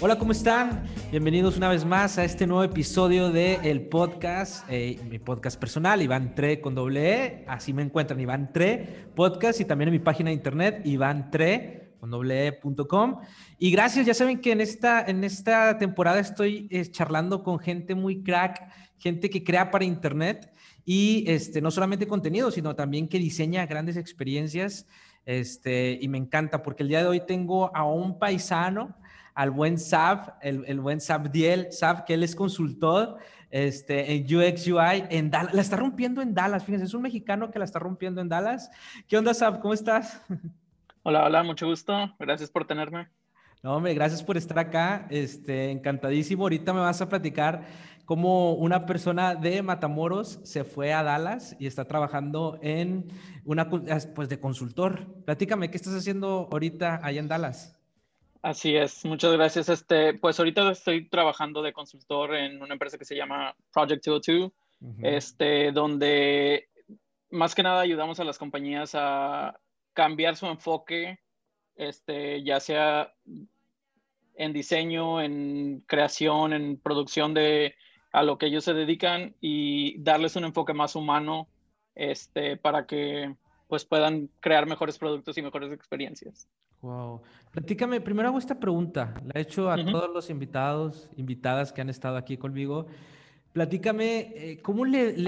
Hola, ¿cómo están? Bienvenidos una vez más a este nuevo episodio de el podcast, mi podcast personal, Iván Tre con doble E. Así me encuentran, Iván Tre Podcast, y también en mi página de internet, ivantre con doble e.com. Y gracias, ya saben que en esta temporada estoy charlando con gente muy crack, gente que crea para internet y no solamente contenido, sino también que diseña grandes experiencias. Y me encanta porque el día de hoy tengo a un paisano, al buen Sab, el buen Sabdiel, Sab, que él es consultor en UX UI en Dallas. La está rompiendo en Dallas, fíjense, es un mexicano que la está rompiendo en Dallas. ¿Qué onda, Sab? ¿Cómo estás? Hola, hola, mucho gusto. Gracias por tenerme. No, hombre, gracias por estar acá. Encantadísimo. Ahorita me vas a platicar cómo una persona de Matamoros se fue a Dallas y está trabajando en pues de consultor. Platícame, ¿qué estás haciendo ahorita allá en Dallas? Así es, muchas gracias. Pues ahorita estoy trabajando de consultor en una empresa que se llama Project 202, Ujú. donde más que nada ayudamos a las compañías a cambiar su enfoque, ya sea en diseño, en creación, en producción de a lo que ellos se dedican y darles un enfoque más humano, para que pues puedan crear mejores productos y mejores experiencias. Wow. Platícame, primero hago esta pregunta, la he hecho a Ujú. todos los invitados, invitadas que han estado aquí conmigo. Platícame, ¿cómo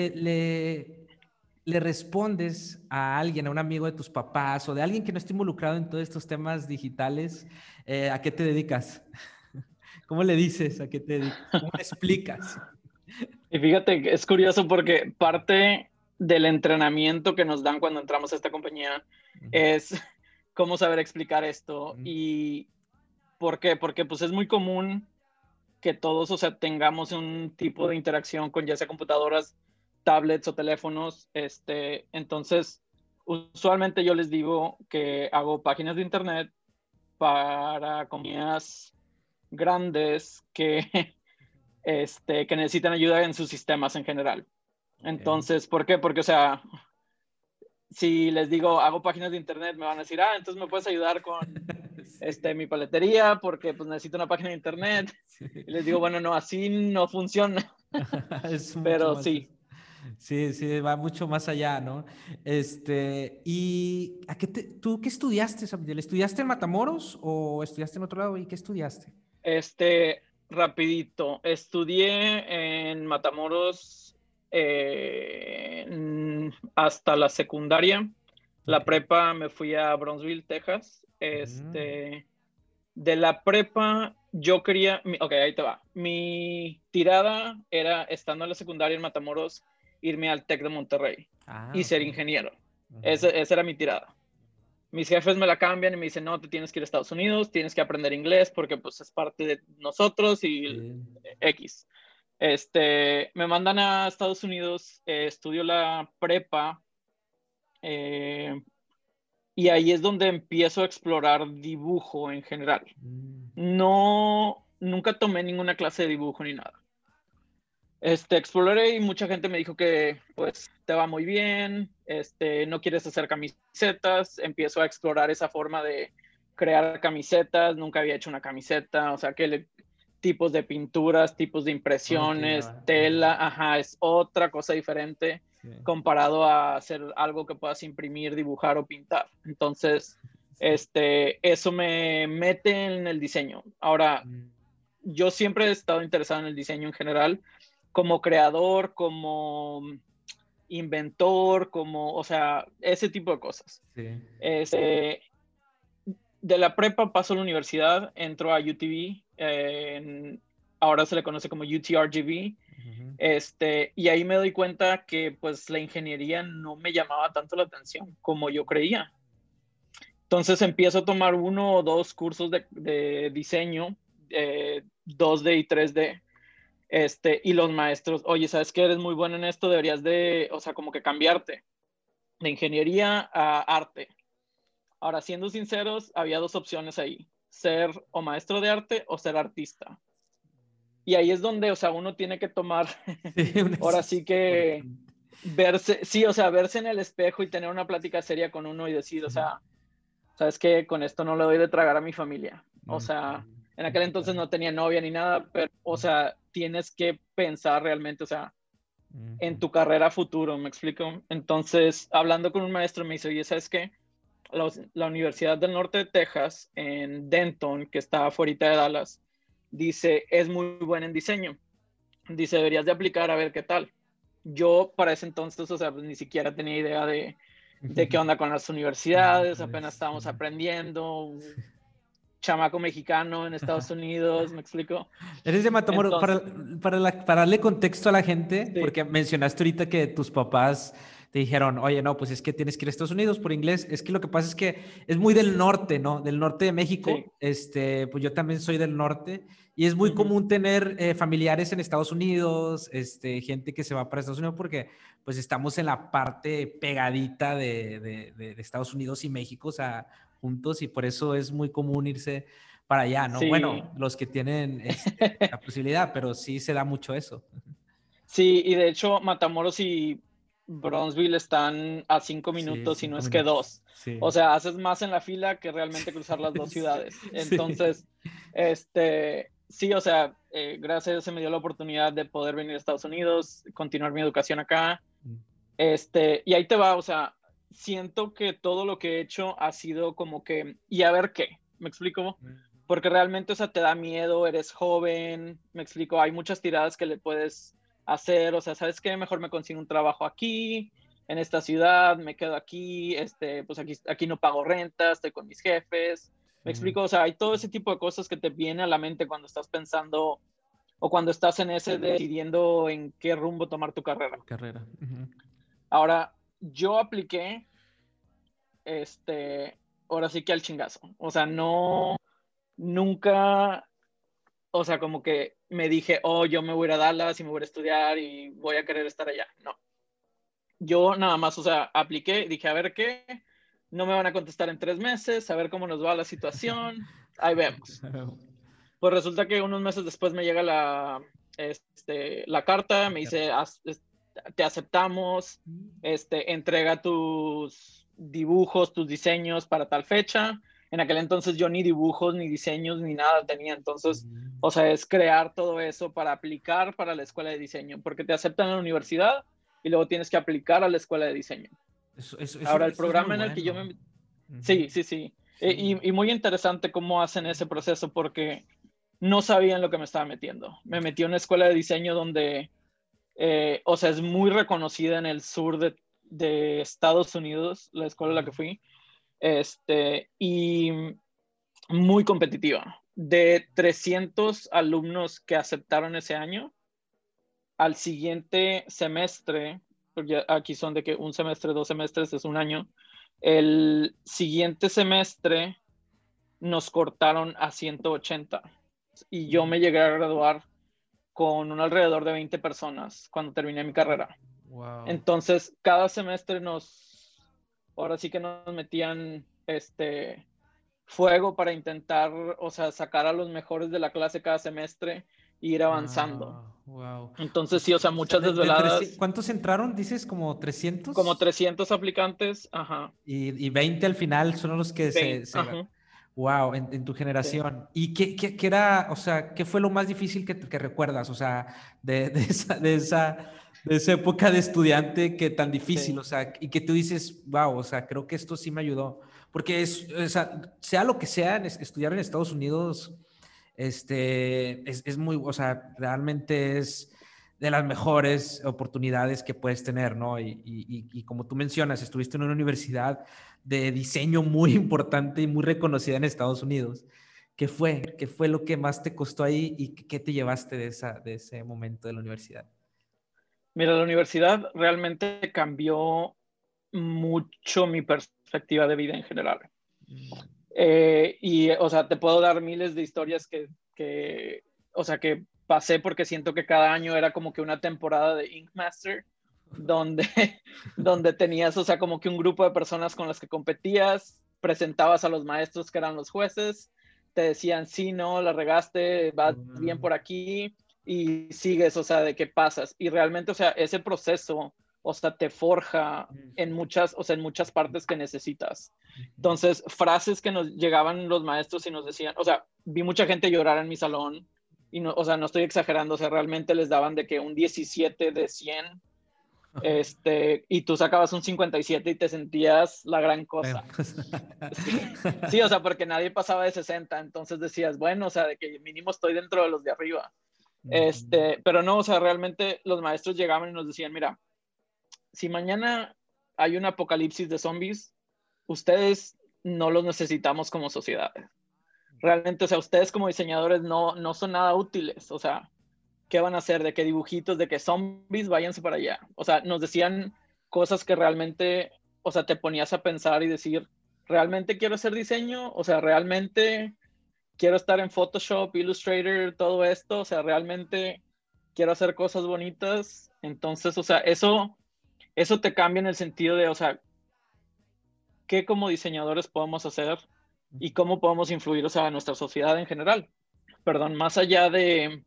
le respondes a alguien, a un amigo de tus papás o de alguien que no esté involucrado en todos estos temas digitales? ¿A qué te dedicas? ¿Cómo le dices a qué te dedicas? ¿Cómo le explicas? Y fíjate que es curioso porque parte del entrenamiento que nos dan cuando entramos a esta compañía Ujú, es cómo saber explicar esto. ujú, ¿Y por qué? Porque pues es muy común que todos, o sea, tengamos un tipo de interacción con ya sea computadoras, tablets o teléfonos. Entonces, usualmente yo les digo que hago páginas de internet para compañías grandes que necesitan ayuda en sus sistemas en general. ok. Entonces, ¿por qué? Porque, o sea, si les digo, hago páginas de internet, me van a decir, entonces me puedes ayudar con Sí, mi paletería porque pues necesito una página de internet. sí. Y les digo, bueno, no, así no funciona. Es mucho Pero más sí, eso. Sí, sí, va mucho más allá, ¿no? ¿Y tú qué estudiaste, Sabdiel? ¿Estudiaste en Matamoros o estudiaste en otro lado? ¿Y qué estudiaste? rapidito, estudié en Matamoros hasta la secundaria. La Ok. prepa me fui a Brownsville, Texas. Ujú. De la prepa, yo quería, ok, ahí te va. Mi tirada era, estando en la secundaria en Matamoros, irme al TEC de Monterrey Ah, y ok. ser ingeniero. Ujú. Esa era mi tirada. Mis jefes me la cambian y me dicen, no, te tienes que ir a Estados Unidos, tienes que aprender inglés porque pues es parte de nosotros y Sí. X. Me mandan a Estados Unidos, estudio la prepa, eh, y ahí es donde empiezo a explorar dibujo en general. Mm. No, nunca tomé ninguna clase de dibujo ni nada. Exploré y mucha gente me dijo que pues te va muy bien, no quieres hacer camisetas, empiezo a explorar esa forma de crear camisetas, nunca había hecho una camiseta, o sea, tipos de pinturas, tipos de Todo lo que impresiones, lleva. Ajá. tela, ajá, es otra cosa diferente Sí. comparado a hacer algo que puedas imprimir, dibujar o pintar. Entonces, Sí. eso me mete en el diseño. Ahora, Mm. yo siempre he estado interesado en el diseño en general, como creador, como inventor, como, o sea, ese tipo de cosas. Sí. Este, de la prepa paso a la universidad, entro a UTV, ahora se le conoce como UTRGV, Ujú. y ahí me doy cuenta que pues la ingeniería no me llamaba tanto la atención como yo creía. Entonces empiezo a tomar uno o dos cursos de diseño, 2D y 3D. Y los maestros, oye, ¿sabes qué? Eres muy bueno en esto, deberías de, o sea, como que cambiarte de ingeniería a arte. Ahora, siendo sinceros, había dos opciones ahí, ser o maestro de arte o ser artista. Y ahí es donde, o sea, uno tiene que tomar, Sí, una ahora decisión sí que importante. verse, sí, o sea, verse en el espejo y tener una plática seria con uno y decir, o Sí. sea, ¿sabes qué? Con esto no le doy de tragar a mi familia. O Ujú. sea, En aquel entonces no tenía novia ni nada, pero, o sea, tienes que pensar realmente, o sea, en tu carrera futuro, ¿me explico? Entonces, hablando con un maestro, me dice, oye, ¿sabes qué? La Universidad del Norte de Texas, en Denton, que está afuera de Dallas, dice, es muy buena en diseño. Dice, deberías de aplicar a ver qué tal. Yo para ese entonces, o sea, pues, ni siquiera tenía idea de qué onda con las universidades, apenas estábamos aprendiendo, un chamaco mexicano en Estados Unidos, ¿me explico? Eres de Matamoros. Entonces, Para darle contexto a la gente, sí, porque mencionaste ahorita que tus papás te dijeron, oye, no, pues es que tienes que ir a Estados Unidos por inglés. Es que lo que pasa es que es muy del norte, ¿no? Del norte de sí, México. Pues yo también soy del norte y es muy ujú, común tener familiares en Estados Unidos, gente que se va para Estados Unidos porque pues estamos en la parte pegadita de Estados Unidos y México, o sea, juntos y por eso es muy común irse para allá, ¿no? sí, Bueno, los que tienen la posibilidad, pero sí se da mucho eso. sí, y de hecho Matamoros y Bronzeville están a cinco Sí, minutos, si no cinco es que minutos. dos. Sí. O sea, haces más en la fila que realmente cruzar las dos ciudades. Sí. Entonces, sí, o sea, gracias a Dios se me dio la oportunidad de poder venir a Estados Unidos, continuar mi educación acá. Y ahí te va, o sea, siento que todo lo que he hecho ha sido como que, y a ver qué, ¿me explico? Porque realmente, o sea, te da miedo, eres joven, me explico, hay muchas tiradas que le puedes hacer, o sea, ¿sabes qué? Mejor me consigo un trabajo aquí, en esta ciudad, me quedo aquí, pues aquí no pago renta, estoy con mis jefes, me Sí. explico, o sea, hay todo ese tipo de cosas que te viene a la mente cuando estás pensando o cuando estás en ese decidiendo en qué rumbo tomar tu carrera. Tu carrera. Ujú. Ahora, yo apliqué, ahora sí que al chingazo. O sea, no, nunca, o sea, como que me dije, oh, yo me voy a ir a Dallas y me voy a estudiar y voy a querer estar allá. No. Yo nada más, o sea, apliqué, dije, a ver qué, no me van a contestar en 3 meses, a ver cómo nos va la situación, ahí vemos. Pues resulta que unos meses después me llega la carta, me dice, te aceptamos, entrega tus dibujos, tus diseños para tal fecha. En aquel entonces yo ni dibujos, ni diseños, ni nada tenía. Entonces, o sea, es crear todo eso para aplicar para la escuela de diseño, porque te aceptan en la universidad y luego tienes que aplicar a la escuela de diseño. Ahora, el Eso es muy programa en el que yo bueno. me... Ujú. Sí, sí, sí. Sí. Y muy interesante cómo hacen ese proceso porque no sabía en lo que me estaba metiendo. Me metí a una escuela de diseño donde, o sea, es muy reconocida en el sur de Estados Unidos, la escuela a la que fui, y muy competitiva. De 300 alumnos que aceptaron ese año, al siguiente semestre, porque aquí son de que un semestre, 2 semestres es un año, el siguiente semestre nos cortaron a 180 y yo me llegué a graduar con un alrededor de 20 personas cuando terminé mi carrera. Wow. Entonces, cada semestre ahora sí que nos metían fuego para intentar, o sea, sacar a los mejores de la clase cada semestre e ir avanzando. Wow. Wow. Entonces, sí, o sea, O sea, muchas desveladas, ¿cuántos entraron? Dices como como 300 300 aplicantes, ajá, y 20 al final son los que 20, ajá, wow, en tu sí. generación. ¿Y qué era, o sea, qué fue lo más difícil que recuerdas? O sea, de esa época de estudiante que tan difícil, o Sí, sea, y que tú dices, wow, o sea, creo que esto sí me ayudó. Porque o sea lo que sea, estudiar en Estados Unidos, es muy, o sea, realmente es de las mejores oportunidades que puedes tener, ¿no? Y como tú mencionas, estuviste en una universidad de diseño muy importante y muy reconocida en Estados Unidos. ¿Qué fue? ¿Qué fue lo que más te costó ahí y qué te llevaste de ese momento de la universidad? mira, la universidad realmente cambió mucho mi perspectiva de vida en general. Mm. O sea, te puedo dar miles de historias o sea, que pasé porque siento que cada año era como que una temporada de Ink Master, donde, donde tenías, o sea, como que un grupo de personas con las que competías, presentabas a los maestros que eran los jueces, te decían, sí, no, la regaste, vas bien Mm. por aquí, y sigues, o sea, de qué pasas. Y realmente, o sea, ese proceso o sea, te forja en muchas, o sea, en muchas partes que necesitas. Entonces, frases que nos llegaban los maestros y nos decían, o sea, vi mucha gente llorar en mi salón y no, o sea, no estoy exagerando, o sea, realmente les daban de que un 17 de 100, y tú sacabas un 57 y te sentías la gran cosa. Sí, sí, o sea, porque nadie pasaba de 60, entonces decías, bueno, o sea, de que mínimo estoy dentro de los de arriba. Pero no, o sea, realmente los maestros llegaban y nos decían, mira, si mañana hay un apocalipsis de zombies, ustedes no los necesitamos como sociedad. Realmente, o sea, ustedes como diseñadores no son nada útiles. O sea, ¿qué van a hacer? ¿De qué dibujitos? ¿De qué zombies? Váyanse para allá. O sea, nos decían cosas que realmente, o sea, te ponías a pensar y decir, ¿realmente quiero hacer diseño? O sea, ¿realmente quiero estar en Photoshop, Illustrator, todo esto? O sea, ¿realmente quiero hacer cosas bonitas? Entonces, o sea, eso te cambia en el sentido de, o sea, qué como diseñadores podemos hacer y cómo podemos influir, o sea, a nuestra sociedad en general. Perdón, más allá de,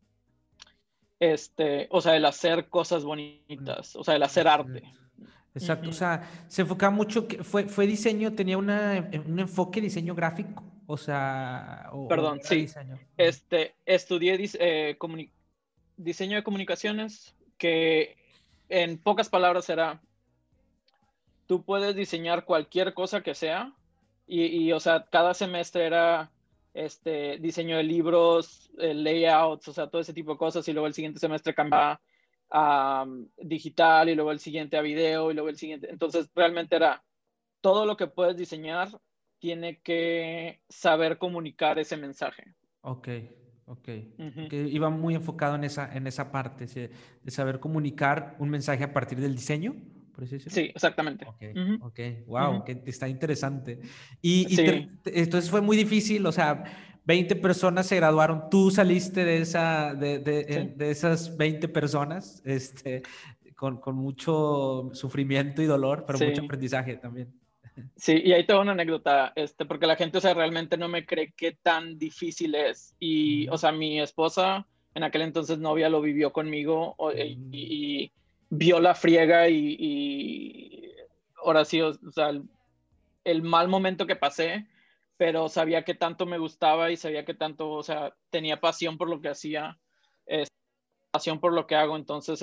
o sea, el hacer cosas bonitas, o sea, el hacer arte. Exacto, o sea, se enfocaba mucho, que fue diseño, tenía un enfoque diseño gráfico, o sea, o Perdón, era sí. diseño. Estudié diseño de comunicaciones, que en pocas palabras era, tú puedes diseñar cualquier cosa que sea, o sea, cada semestre era diseño de libros, layouts, o sea, todo ese tipo de cosas, y luego el siguiente semestre cambiaba a digital, y luego el siguiente a video, y luego el siguiente. Entonces, realmente era todo lo que puedes diseñar tiene que saber comunicar ese mensaje. Ok, ok. Ujú. Que iba muy enfocado en esa parte, sí, de saber comunicar un mensaje a partir del diseño, por así decirlo. Sí, exactamente. Ok, Ujú, ok, wow, ujú. que está interesante. Y Sí, entonces fue muy difícil, o sea, 20 personas se graduaron, tú saliste sí. de esas 20 personas, con mucho sufrimiento y dolor, pero mucho Sí, aprendizaje también. sí, y ahí tengo una anécdota, porque la gente, o sea, realmente no me cree qué tan difícil es. Y, o Ujú, sea, mi esposa, en aquel entonces novia, lo vivió conmigo ujú, y vio la friega y ahora sí, o sea, el mal momento que pasé, pero sabía que tanto me gustaba y sabía que tanto, o sea, tenía pasión por lo que hacía, pasión por lo que hago. Entonces,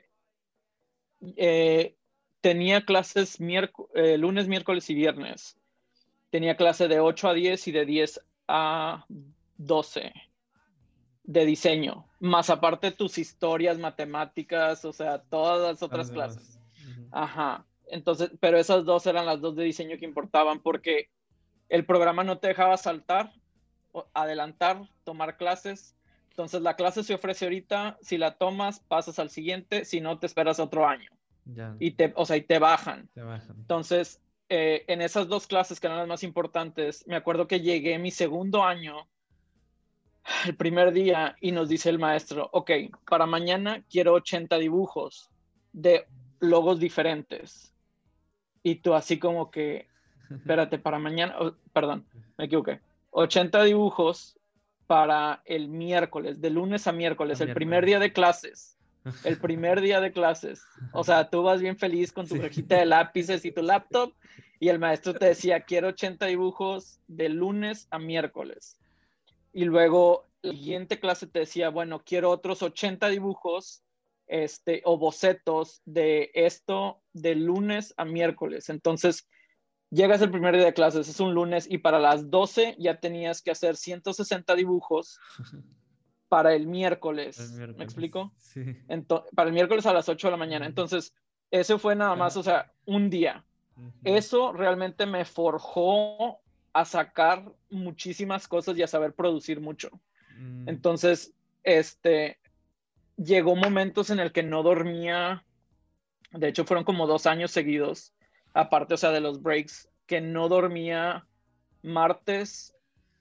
eh, tenía clases lunes, miércoles y viernes. Tenía clase de 8 a 10 y de 10 a 12 de diseño, más aparte tus historias, matemáticas, o sea, todas las a los otras demás. clases. Ujú. Ajá. Entonces, pero esas dos eran las dos de diseño que importaban porque el programa no te dejaba saltar, adelantar, tomar clases. Entonces, la clase se ofrece ahorita, si la tomas, pasas al siguiente, si no, te esperas otro año. Ya, O sea, y te bajan. te bajan. Entonces, en esas dos clases que eran las más importantes, me acuerdo que llegué mi segundo año, el primer día, y nos dice el maestro, ok, para mañana quiero 80 dibujos de logos diferentes. Y tú así como que, espérate, para mañana, perdón, me equivoqué. 80 dibujos para el miércoles, de lunes a A miércoles, el primer miércoles. día de clases. El primer día de clases. O sea, tú vas bien feliz con tu Sí. cajita de lápices y tu laptop y el maestro te decía, quiero 80 dibujos de lunes a miércoles. Y luego la siguiente clase te decía, bueno, quiero otros 80 dibujos o bocetos de esto de lunes a miércoles. Entonces, llegas el primer día de clases, es un lunes, y para las 12 ya tenías que hacer 160 dibujos para el El miércoles. ¿Me miércoles. explico? Sí. Para el miércoles a las 8 de la mañana. Ujú. Entonces, eso fue nada más, Ah, o sea, un día. ujú. Eso realmente me forjó a sacar muchísimas cosas y a saber producir mucho. Mm, Entonces, llegó momentos en el que no dormía. De hecho, fueron como 2 años seguidos, aparte, o sea, de los breaks, que no dormía martes,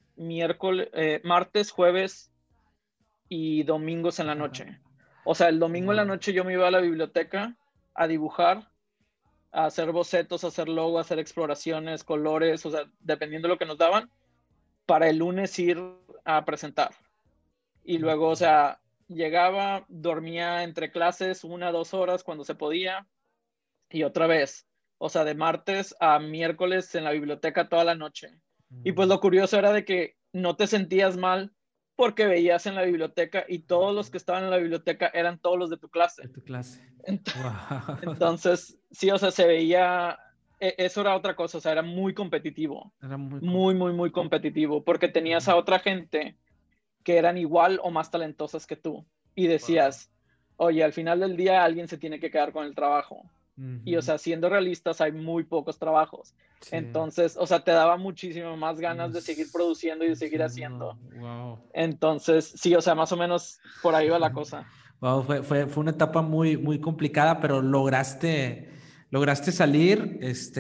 martes, jueves y domingos en la noche. O sea, el domingo en la wow. noche yo me iba a la biblioteca a dibujar, a hacer bocetos, a hacer logo, a hacer exploraciones, colores, o sea, dependiendo de lo que nos daban, para el lunes ir a presentar. Y luego, o sea, llegaba, dormía entre clases 1 o 2 horas cuando se podía y otra vez, o sea, de martes a miércoles en la biblioteca toda la noche. Y pues lo curioso era de que no te sentías mal porque veías en la biblioteca y todos los que estaban en la biblioteca eran todos los de tu De clase. tu clase. Ent- Wow. Entonces, sí, o sea, se veía, eso era otra cosa, o sea, era muy competitivo, Era muy muy, muy, muy competitivo, porque tenías a otra gente que eran igual o más talentosas que tú. Y wow. decías, oye, al final del día alguien se tiene que quedar con el trabajo. Y, o sea, siendo realistas, hay muy pocos trabajos. Sí. Entonces, o sea, te daba muchísimo más ganas de seguir Nos- produciendo y de seguir Haciendo, haciendo. wow. Entonces, sí, o sea, más o menos por ahí va la cosa. Wow, fue una etapa muy, muy complicada, pero lograste salir,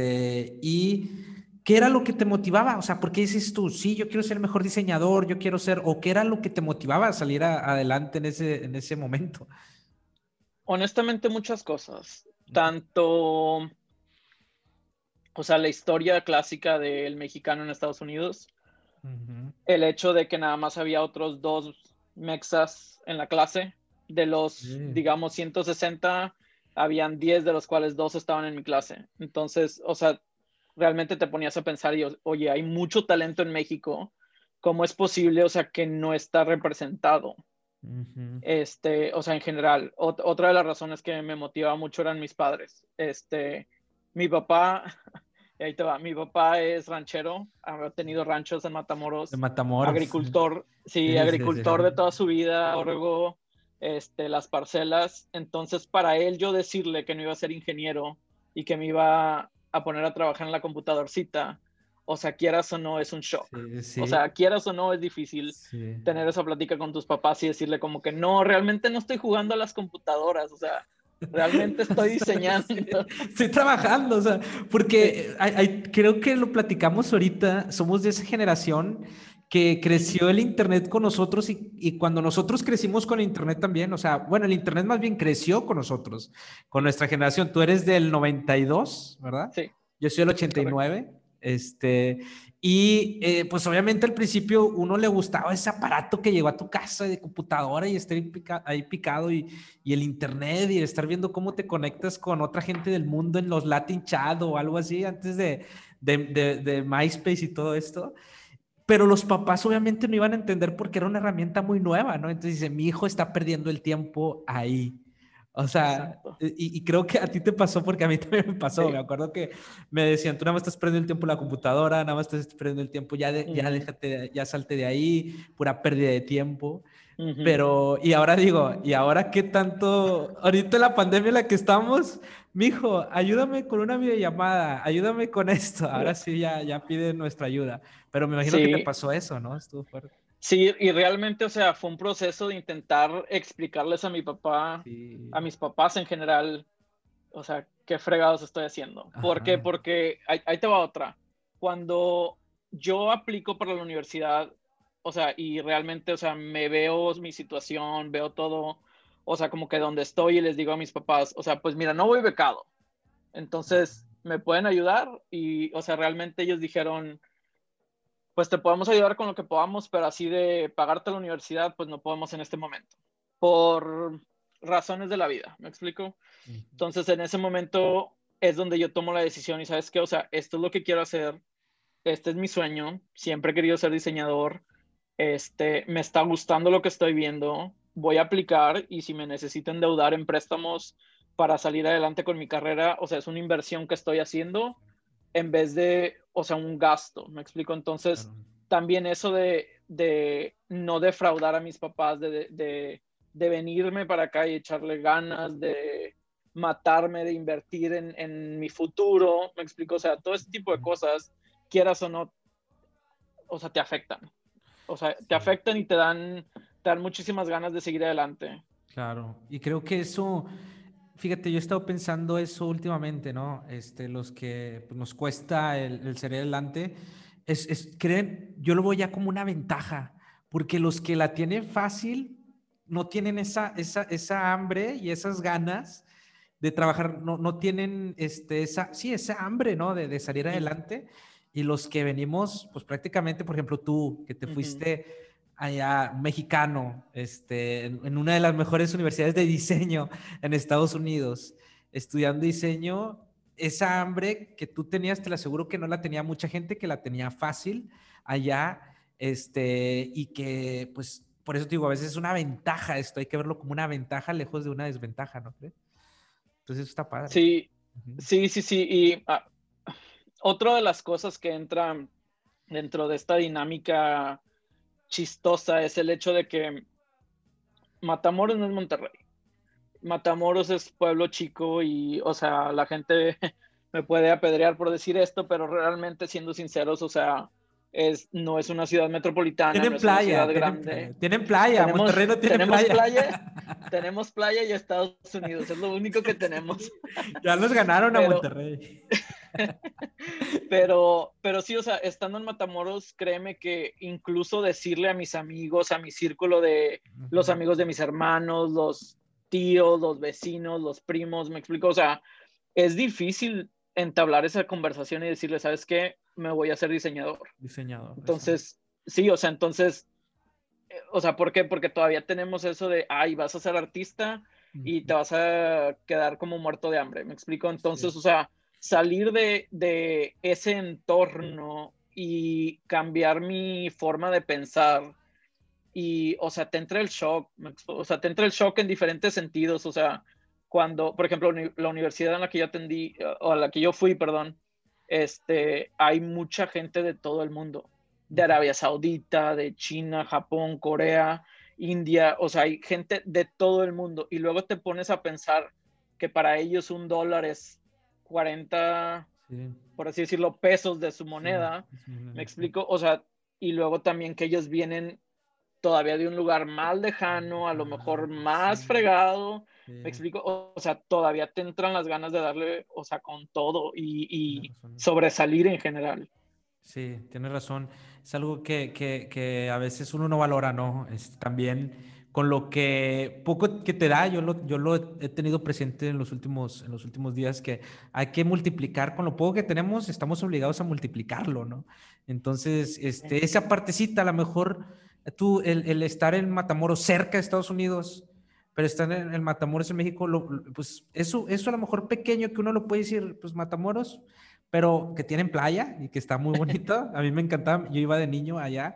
y ¿qué era lo que te motivaba? O sea, ¿por qué dices tú, sí, yo quiero ser el mejor diseñador, yo quiero ser, o qué era lo que te motivaba a salir adelante en ese momento? Honestamente, muchas cosas. Tanto, o sea, la historia clásica del mexicano en Estados Unidos, Ujú. el hecho de que nada más había otros 2 mexas en la clase, de los, Sí, digamos, 160, habían 10 de los cuales 2 estaban en mi clase. Entonces, o sea, realmente te ponías a pensar y, oye, hay mucho talento en México, ¿cómo es posible, o sea, que no está representado? ujú. O sea, en general, otra de las razones que me motivaba mucho eran mis padres. Mi papá, y ahí te va, mi papá es ranchero, ha tenido ranchos en De Matamoros, Matamoros. agricultor, sí, Sí, sí, sí. agricultor de toda su vida, regó las parcelas. Entonces, para él yo decirle que no iba a ser ingeniero y que me iba a poner a trabajar en la computadorcita, o sea, quieras o no, es un shock. Sí, O sí, sea, quieras o no, es difícil sí. tener esa plática con tus papás y decirle como que no, realmente no estoy jugando a las computadoras, o sea, realmente estoy diseñando. Sí, estoy trabajando, o sea, Sí. porque creo que lo platicamos ahorita, somos de esa generación que Ujú. creció el Internet con nosotros y cuando nosotros crecimos con el Internet también, o sea, bueno, el Internet más bien creció con nosotros, con nuestra generación. Tú eres del 92, ¿verdad? Sí, Yo soy del correcto. 89. Pues obviamente al principio uno le gustaba ese aparato que llegó a tu casa de computadora y estar ahí picado y el internet y estar viendo cómo te conectas con otra gente del mundo en los Latin Chat o algo así antes de MySpace y todo esto. Pero los papás obviamente no iban a entender porque era una herramienta muy nueva, ¿no? Entonces dice, mi hijo está perdiendo el tiempo ahí. O sea, Exacto. y creo que a ti te pasó porque a mí también me pasó. Me Sí. acuerdo que me decían, tú nada más estás perdiendo el tiempo en la computadora, nada más estás perdiendo el tiempo, ya Ujú, déjate, ya salte de ahí, pura pérdida de tiempo. ujú. Pero, y ahora digo, ¿y ahora qué tanto? Ahorita en la pandemia en la que estamos, mijo, ayúdame con una videollamada, ayúdame con esto. Ahora sí, ya pide nuestra ayuda. Pero me imagino que te Sí, pasó eso, ¿no? Estuvo fuerte. sí, y realmente, o sea, fue un proceso de intentar explicarles a mi papá, Sí. a mis papás en general, o sea, qué fregados estoy haciendo. ¿Por qué? Ajá. Porque ahí te va otra. Cuando yo aplico para la universidad, o sea, y realmente, o sea, me veo mi situación, veo todo, o sea, como que donde estoy y les digo a mis papás, o sea, pues mira, no voy becado, entonces, ¿me pueden ayudar? Y, o sea, realmente ellos dijeron, pues te podemos ayudar con lo que podamos, pero así de pagarte la universidad, pues no podemos en este momento, por razones de la vida, ¿me explico? Ujú. Entonces, en ese momento es donde yo tomo la decisión y sabes qué, o sea, esto es lo que quiero hacer, este es mi sueño, siempre he querido ser diseñador, me está gustando lo que estoy viendo, voy a aplicar y si me necesito endeudar en préstamos para salir adelante con mi carrera, o sea, es una inversión que estoy haciendo en vez de, o sea, un gasto, ¿me explico? Entonces, Claro. también eso de no defraudar a mis papás, de venirme para acá y echarle ganas, de matarme, de invertir en mi futuro, ¿me explico? O sea, todo este tipo de cosas, quieras o no, o sea, te afectan. O sea, te Sí. afectan y te dan muchísimas ganas de seguir adelante. Claro, y creo que eso, fíjate, yo he estado pensando eso últimamente, ¿no? Los que pues, nos cuesta el salir adelante, creen, yo lo veo ya como una ventaja, porque los que la tienen fácil no tienen esa hambre y esas ganas de trabajar, no tienen esa hambre, ¿no? De salir Uh -huh, adelante, y los que venimos, pues prácticamente, por ejemplo, tú, que te uh -huh, fuiste allá, mexicano, en una de las mejores universidades de diseño en Estados Unidos, estudiando diseño, esa hambre que tú tenías, te la aseguro que no la tenía mucha gente, que la tenía fácil allá, y que, pues, por eso te digo, a veces es una ventaja esto, hay que verlo como una ventaja lejos de una desventaja, ¿no crees? Entonces eso está padre. Sí, Uh-huh. sí. Y otra de las cosas que entran dentro de esta dinámica chistosa es el hecho de que Matamoros no es Monterrey. Matamoros es pueblo chico y, o sea, la gente me puede apedrear por decir esto, pero realmente, siendo sinceros, o sea, no es una ciudad metropolitana, no Tienen es una ciudad playa, tienen playa, grande. tienen playa, Monterrey Tenemos, no tiene tenemos playa. playa, tenemos playa y Estados Unidos, es lo único que tenemos. Ya nos ganaron a Pero, Monterrey. pero sí, o sea, estando en Matamoros, créeme que incluso decirle a mis amigos, a mi círculo de los Uh-huh. amigos de mis hermanos, los tíos, los vecinos, los primos, me explico, o sea, es difícil entablar esa conversación y decirle, ¿sabes qué? Me voy a ser diseñador. Diseñador, exacto. Entonces, sí, o sea, entonces, o sea, ¿por qué? Porque todavía tenemos eso de, ay, vas a ser artista y te Uh-huh. vas a quedar como muerto de hambre, ¿me explico? Sí. Entonces, o sea, salir de ese entorno y cambiar mi forma de pensar y, o sea, te entra el shock, o sea, te entra el shock en diferentes sentidos, o sea, cuando, por ejemplo, la universidad en la que yo atendí, o a la que yo fui, perdón, hay mucha gente de todo el mundo, de Uh-huh. Arabia Saudita, de China, Japón, Corea, India, o sea, hay gente de todo el mundo, y luego te pones a pensar que para ellos $1 es 40, Sí, por así decirlo, pesos de su sí, moneda, es muy me lento. explico, o sea, y luego también que ellos vienen todavía de un lugar más lejano, a lo mejor Sí, más fregado, me sí, explico, o sea, todavía te entran las ganas de darle, o sea, con todo tienes y razón. sobresalir en general. Sí, tienes razón. Es algo que a veces uno no valora, ¿no? También con lo que poco que te da, yo lo he tenido presente en los últimos días, que hay que multiplicar con lo poco que tenemos, estamos obligados a multiplicarlo, ¿no? Entonces, esa partecita, a lo mejor tú, el estar en Matamoros, cerca de Estados Unidos, pero estar en Matamoros en México, pues eso a lo mejor pequeño que uno lo puede decir, pues Matamoros, pero que tienen playa y que está muy bonito. A mí me encantaba, yo iba de niño allá.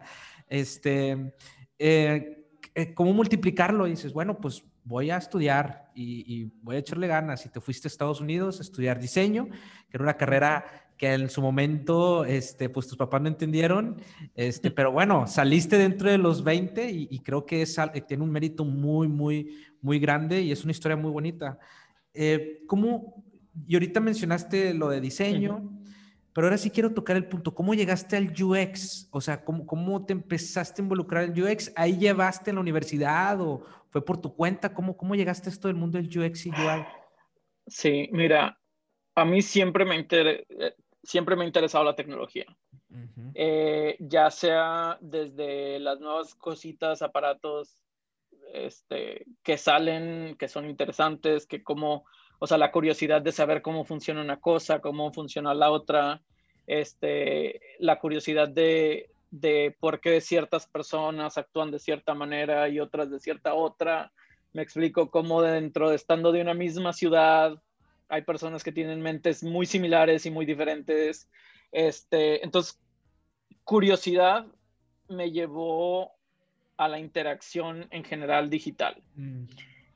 ¿Cómo multiplicarlo? Y dices, bueno, pues voy a estudiar y voy a echarle ganas. Y te fuiste a Estados Unidos a estudiar diseño, que era una carrera que en su momento, pues tus papás no entendieron, pero bueno, saliste dentro de los 20 y creo que tiene un mérito muy, muy, muy grande y es una historia muy bonita. ¿Cómo, y ahorita mencionaste lo de diseño, pero ahora sí quiero tocar el punto, ¿cómo llegaste al UX? O sea, ¿cómo te empezaste a involucrar en el UX? ¿Ahí llevaste en la universidad o fue por tu cuenta? ¿Cómo llegaste a esto del mundo del UX y UI? Sí, mira, a mí siempre me ha interesado la tecnología. Ujú. Ya sea desde las nuevas cositas, aparatos que salen, que son interesantes, o sea, la curiosidad de saber cómo funciona una cosa, cómo funciona la otra, la curiosidad de por qué ciertas personas actúan de cierta manera y otras de cierta otra. Me explico cómo estando de una misma ciudad, hay personas que tienen mentes muy similares y muy diferentes. Entonces, curiosidad me llevó a la interacción en general digital. Mm,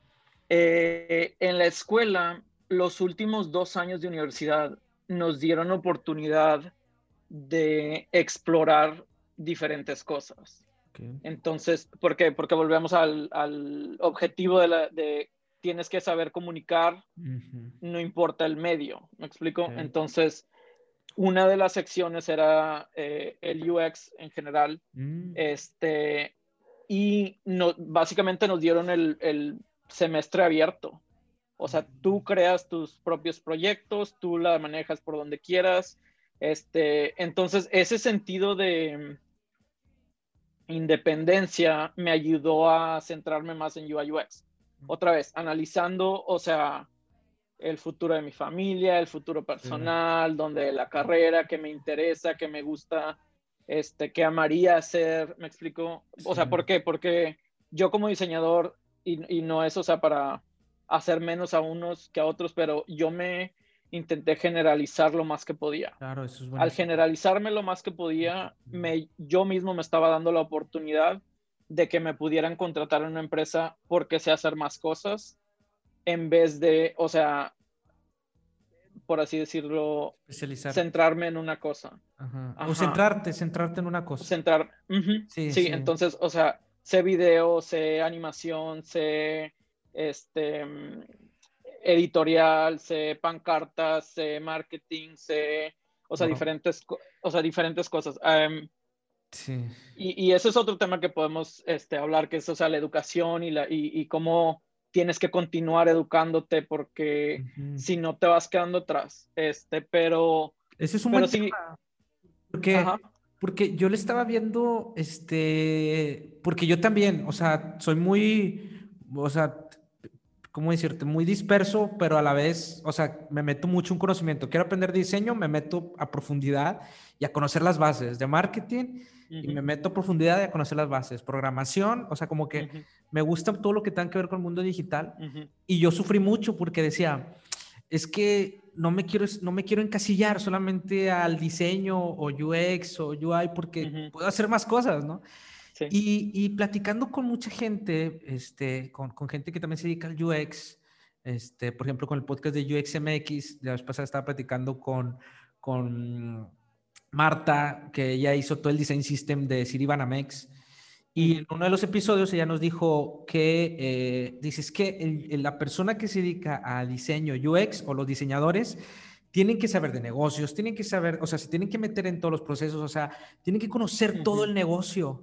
En la escuela, los últimos 2 años de universidad nos dieron oportunidad de explorar diferentes cosas. ok. Entonces, ¿por qué? Porque volvemos al objetivo de tienes que saber comunicar, Ujú. no importa el medio, ¿me explico? Ok. Entonces, una de las secciones era el UX en general, Mm, y básicamente nos dieron el semestre abierto. O sea, tú creas tus propios proyectos, tú la manejas por donde quieras. Entonces, ese sentido de independencia me ayudó a centrarme más en UI UX. Otra vez, analizando, o sea, el futuro de mi familia, el futuro sí. personal, donde la carrera que me interesa, que me gusta, que amaría hacer, ¿me explico? O sea, Sí. ¿por qué? Porque yo como diseñador, y no es, o sea, para hacer menos a unos que a otros, pero yo me intenté generalizar lo más que podía. Claro, eso es Al buenísimo. generalizarme lo más que podía, yo mismo me estaba dando la oportunidad de que me pudieran contratar en una empresa porque sé hacer más cosas, en vez de, o sea, por así decirlo, Especializar. centrarme en una cosa. Ajá. O Ajá. centrarte en una cosa. Sí, Sí. entonces, o sea, sé video, sé animación, sé este editorial, sé pancartas, sé marketing, sé, o sea, Wow. diferentes cosas. Sí. Y ese es otro tema que podemos hablar, que es, o sea, la educación y cómo tienes que continuar educándote porque Ujú. si no te vas quedando atrás. Ese es un Pero buen sí, tema. ajá. Porque yo le estaba viendo, porque yo también, o sea, soy muy, o sea, ¿cómo decirte? Muy disperso, pero a la vez, o sea, me meto mucho en conocimiento. Quiero aprender diseño, me meto a profundidad y a conocer las bases de marketing y Ujú, me meto a profundidad y a conocer las bases. Programación, o sea, como que ujú, me gusta todo lo que tenga que ver con el mundo digital ujú, y yo sufrí mucho porque decía, es que no me quiero encasillar solamente al diseño o UX o UI porque ujú, puedo hacer más cosas, ¿no? sí. Y platicando con mucha gente, con gente que también se dedica al UX, por ejemplo, con el podcast de UXMX, la vez pasada estaba platicando con Marta, que ella hizo todo el design system de Citibanamex. Y en Ujú, uno de los episodios ella nos dijo que, dices que la persona que se dedica a diseño UX o los diseñadores tienen que saber de negocios, tienen que saber, o sea, se tienen que meter en todos los procesos, o sea, tienen que conocer todo ujú, el negocio.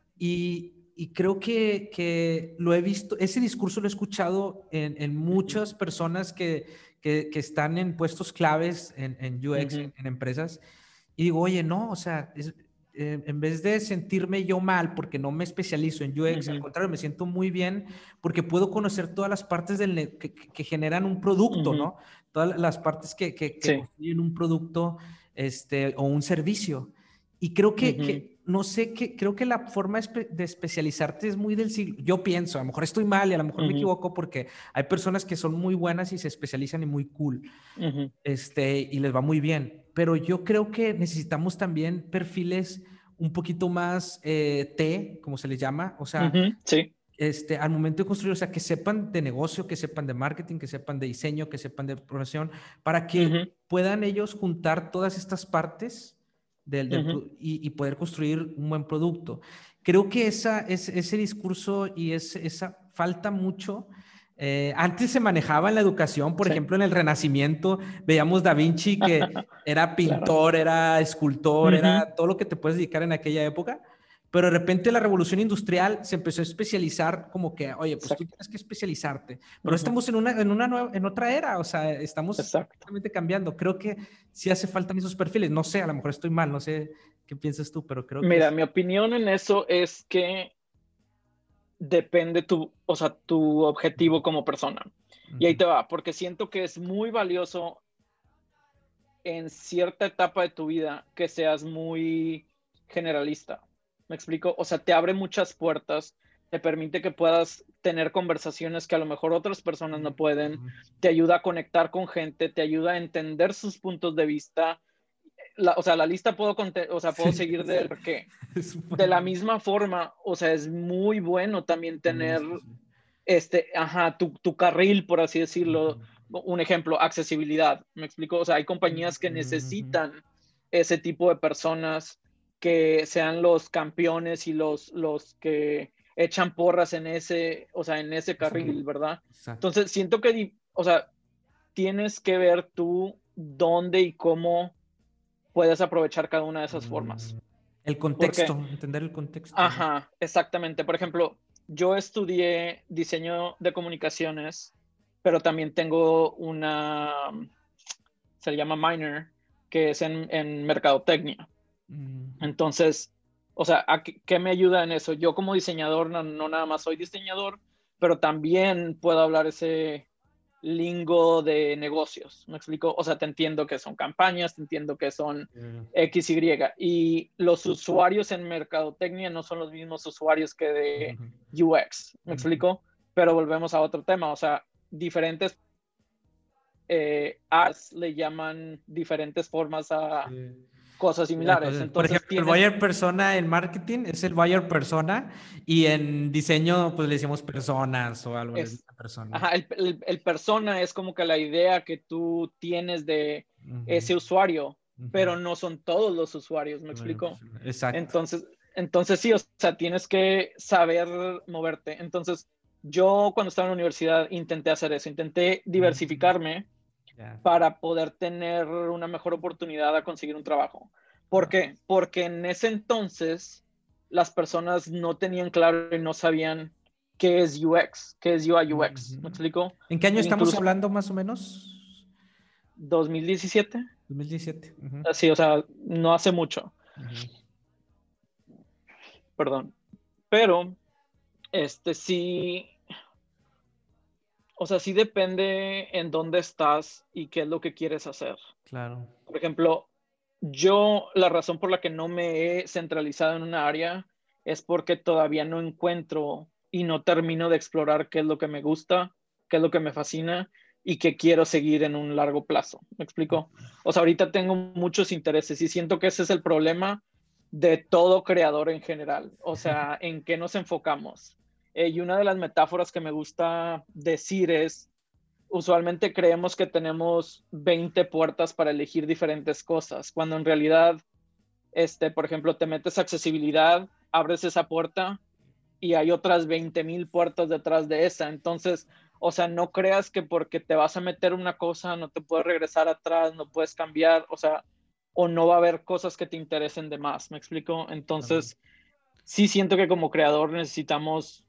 Y creo que lo he visto, ese discurso lo he escuchado en ujú, muchas personas que están en puestos claves en UX, ujú, en empresas. Y digo, oye, no, o sea, en vez de sentirme yo mal porque no me especializo en UX, al ujú, contrario, me siento muy bien porque puedo conocer todas las partes que generan un producto, ujú. ¿no? Todas las partes que Sí. construyen un producto o un servicio. Y creo Ujú, no sé, creo que la forma de especializarte es muy del siglo. Yo pienso, a lo mejor estoy mal y a lo mejor me ujú, equivoco porque hay personas que son muy buenas y se especializan y muy cool, ujú, y les va muy bien. Pero yo creo que necesitamos también perfiles un poquito más T, como se les llama, o sea, ujú, sí. al momento de construir, o sea, que sepan de negocio, que sepan de marketing, que sepan de diseño, que sepan de programación, para Ujú, que puedan ellos juntar todas estas partes ujú, y poder construir un buen producto. Creo que ese discurso y esa falta mucho. Antes se manejaba en la educación, por sí. ejemplo, en el Renacimiento, veíamos Da Vinci que era Claro. pintor, era escultor, era Ujú, todo lo que te puedes dedicar en aquella época, pero de repente la revolución industrial se empezó a especializar como que, oye, pues tú exacto. tienes que especializarte, pero Ujú, estamos en otra era, o sea, estamos exacto. completamente cambiando. Creo que sí hace falta esos perfiles. No sé, a lo mejor estoy mal, no sé qué piensas tú, pero creo que Mira, es... mi opinión en eso es que depende o sea, tu objetivo como persona. Y ahí Ujú, te va, porque siento que es muy valioso en cierta etapa de tu vida que seas muy generalista. ¿Me explico? O sea, te abre muchas puertas, te permite que puedas tener conversaciones que a lo mejor otras personas no pueden, ujú. te ayuda a conectar con gente, te ayuda a entender sus puntos de vista. O sea, la lista o sea, puedo Sí, seguir de qué. es un De la buen... misma forma, o sea, es muy bueno también También tener es posible. tu carril, por así decirlo. Ujú, Un ejemplo, accesibilidad. ¿Me explico? O sea, hay compañías que ujú, necesitan ese tipo de personas que sean los campeones y los que echan porras en o sea, en ese sí, carril, ¿verdad? exacto. Entonces, siento que, o sea, tienes que ver tú dónde y cómo puedes aprovechar cada una de esas Mm, formas. El Porque, contexto, entender el contexto, ¿no? ajá, exactamente. Por ejemplo, yo estudié diseño de comunicaciones, pero también tengo se le llama minor, que es en mercadotecnia. Mm, Entonces, o sea, ¿qué me ayuda en eso? Yo como diseñador no nada más soy diseñador, pero también puedo hablar lingo de negocios, ¿me explico? O sea, te entiendo que son campañas, te entiendo que son X, Y, y los usuarios en mercadotecnia no son los mismos usuarios que de UX, ¿me explico? Pero volvemos a otro tema, o sea, diferentes ads le llaman diferentes formas a cosas similares. Por Entonces ejemplo, el buyer persona en marketing es el buyer persona y en diseño pues le decimos personas o algo, personas. Ajá, el persona es como que la idea que tú tienes de ese usuario, pero no son todos los usuarios, ¿me explico? Exacto. Entonces sí, o sea, tienes que saber moverte. Entonces, yo cuando estaba en la universidad intenté hacer eso, intenté diversificarme para poder tener una mejor oportunidad a conseguir un trabajo. ¿Por qué? Porque en ese entonces las personas no tenían claro y no sabían qué es UX, qué es UI UX. ¿Me explico? ¿En qué año estamos Incluso hablando más o menos? 2017. 2017. Así, o sea, no hace mucho. Perdón. Pero, sí, o sea, sí depende en dónde estás y qué es lo que quieres hacer. Claro. Por ejemplo, yo la razón por la que no me he centralizado en una área es porque todavía no encuentro y no termino de explorar qué es lo que me gusta, qué es lo que me fascina y qué quiero seguir en un largo plazo. ¿Me explico? O sea, ahorita tengo muchos intereses y siento que ese es el problema de todo creador en general. O sea, en qué nos enfocamos. Y una de las metáforas que me gusta decir es, usualmente creemos que tenemos 20 puertas para elegir diferentes cosas, cuando en realidad, por ejemplo, te metes a accesibilidad, abres esa puerta y hay otras 20,000 puertas detrás de esa. Entonces, o sea, no creas que porque te vas a meter una cosa no te puedes regresar atrás, no puedes cambiar, o sea, o no va a haber cosas que te interesen de más, ¿me explico? Entonces, sí siento que como creador necesitamos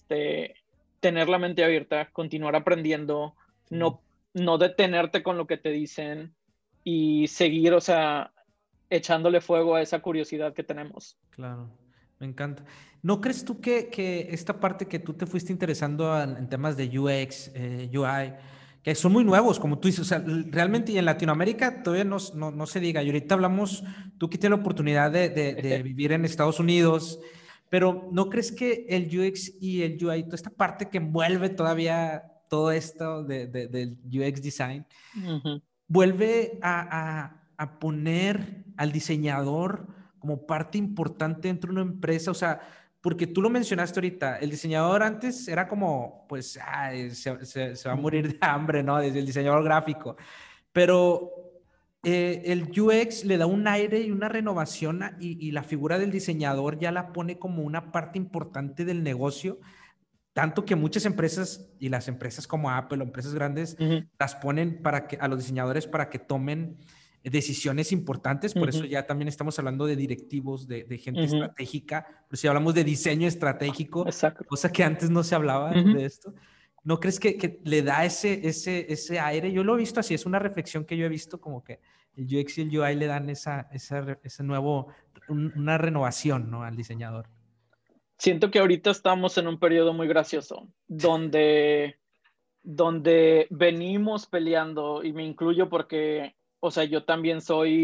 tener la mente abierta, continuar aprendiendo, no detenerte con lo que te dicen y seguir, o sea, echándole fuego a esa curiosidad que tenemos. Claro, me encanta. ¿No crees tú que esta parte que tú te fuiste interesando en temas de UX, UI, que son muy nuevos, como tú dices, o sea, realmente y en Latinoamérica todavía no se diga, y ahorita hablamos, tú que tienes la oportunidad de vivir en Estados Unidos, pero ¿no crees que el UX y el UI, toda esta parte que envuelve todavía todo esto del UX design, vuelve a poner al diseñador como parte importante dentro de una empresa? O sea, porque tú lo mencionaste ahorita, el diseñador antes era como, pues, se va a morir de hambre, ¿no? Desde el diseñador gráfico. Pero el UX le da un aire y una renovación y la figura del diseñador ya la pone como una parte importante del negocio, tanto que muchas empresas y las empresas como Apple o empresas grandes las ponen para que a los diseñadores para que tomen decisiones importantes. Por eso ya también estamos hablando de directivos, de gente estratégica. Pero si hablamos de diseño estratégico, Exacto. cosa que antes no se hablaba de esto. ¿No crees que le da ese aire? Yo lo he visto así, es una reflexión que yo he visto como que el UX y el UI le dan ese nuevo, una renovación, ¿no? Al diseñador. Siento que ahorita estamos en un periodo muy gracioso, donde venimos peleando, y me incluyo porque, o sea, yo también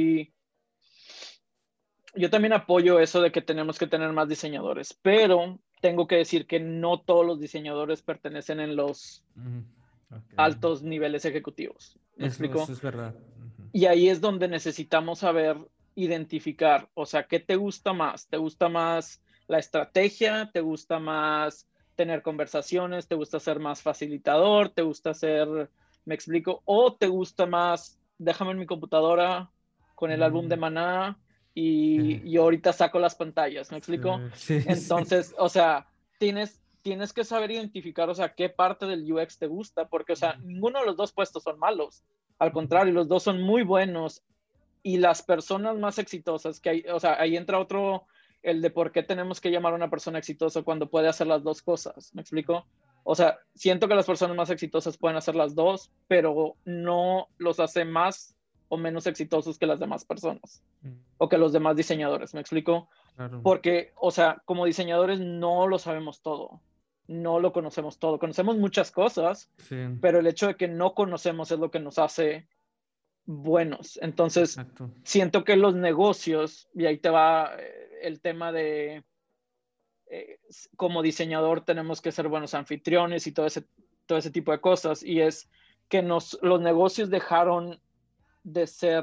apoyo eso de que tenemos que tener más diseñadores, pero tengo que decir que no todos los diseñadores pertenecen en los altos niveles ejecutivos. ¿Me explico? Eso es verdad. Y ahí es donde necesitamos saber identificar, o sea, ¿qué te gusta más? ¿Te gusta más la estrategia? ¿Te gusta más tener conversaciones? ¿Te gusta ser más facilitador? ¿Te gusta ser, me explico? ¿O te gusta más, déjame en mi computadora con el álbum de Maná y ahorita saco las pantallas? ¿Me explico? Sí, Entonces, o sea, tienes que saber identificar, o sea, qué parte del UX te gusta, porque, o sea, ninguno de los dos puestos son malos. Al contrario, los dos son muy buenos y las personas más exitosas que hay, o sea, ahí entra otro, el de por qué tenemos que llamar a una persona exitosa cuando puede hacer las dos cosas. ¿Me explico? O sea, siento que las personas más exitosas pueden hacer las dos, pero no los hace más o menos exitosos que las demás personas o que los demás diseñadores. ¿Me explico? Claro. Porque, o sea, como diseñadores no lo sabemos todo. no lo conocemos todo. Conocemos muchas cosas, Sí, pero el hecho de que no conocemos es lo que nos hace buenos. Entonces, exacto. siento que los negocios, y ahí te va el tema de, como diseñador tenemos que ser buenos anfitriones y todo ese tipo de cosas, y es que los negocios dejaron de ser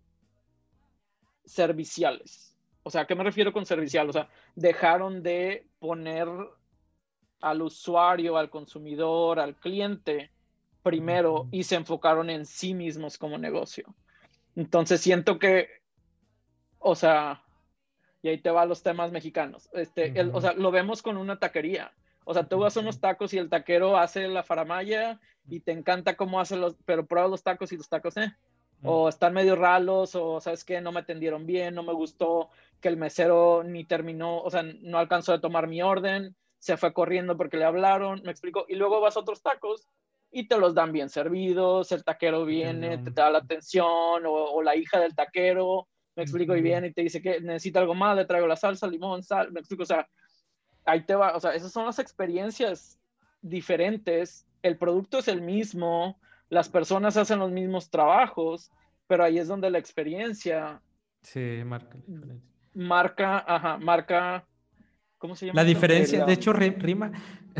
serviciales. O sea, ¿a qué me refiero con servicial? O sea, dejaron de poner al usuario, al consumidor, al cliente primero y se enfocaron en sí mismos como negocio. Entonces siento que, o sea, y ahí te van los temas mexicanos, o sea, lo vemos con una taquería. O sea, tú vas a unos tacos y el taquero hace la faramaya y te encanta cómo hace pero pruebas los tacos y los tacos, o están medio ralos, o sabes que no me atendieron bien, no me gustó que el mesero ni terminó, o sea, no alcanzó a tomar mi orden, se fue corriendo porque le hablaron, me explico, y luego vas a otros tacos y te los dan bien servidos, el taquero viene, te da la atención, o la hija del taquero, me explico, y viene y te dice que necesita algo más, le traigo la salsa, limón, sal, me explico, o sea, ahí te va, o sea, esas son las experiencias diferentes, el producto es el mismo, las personas hacen los mismos trabajos, pero ahí es donde la experiencia Sí, marca la diferencia. marca, ¿cómo se llama La eso? diferencia, de hecho, rima.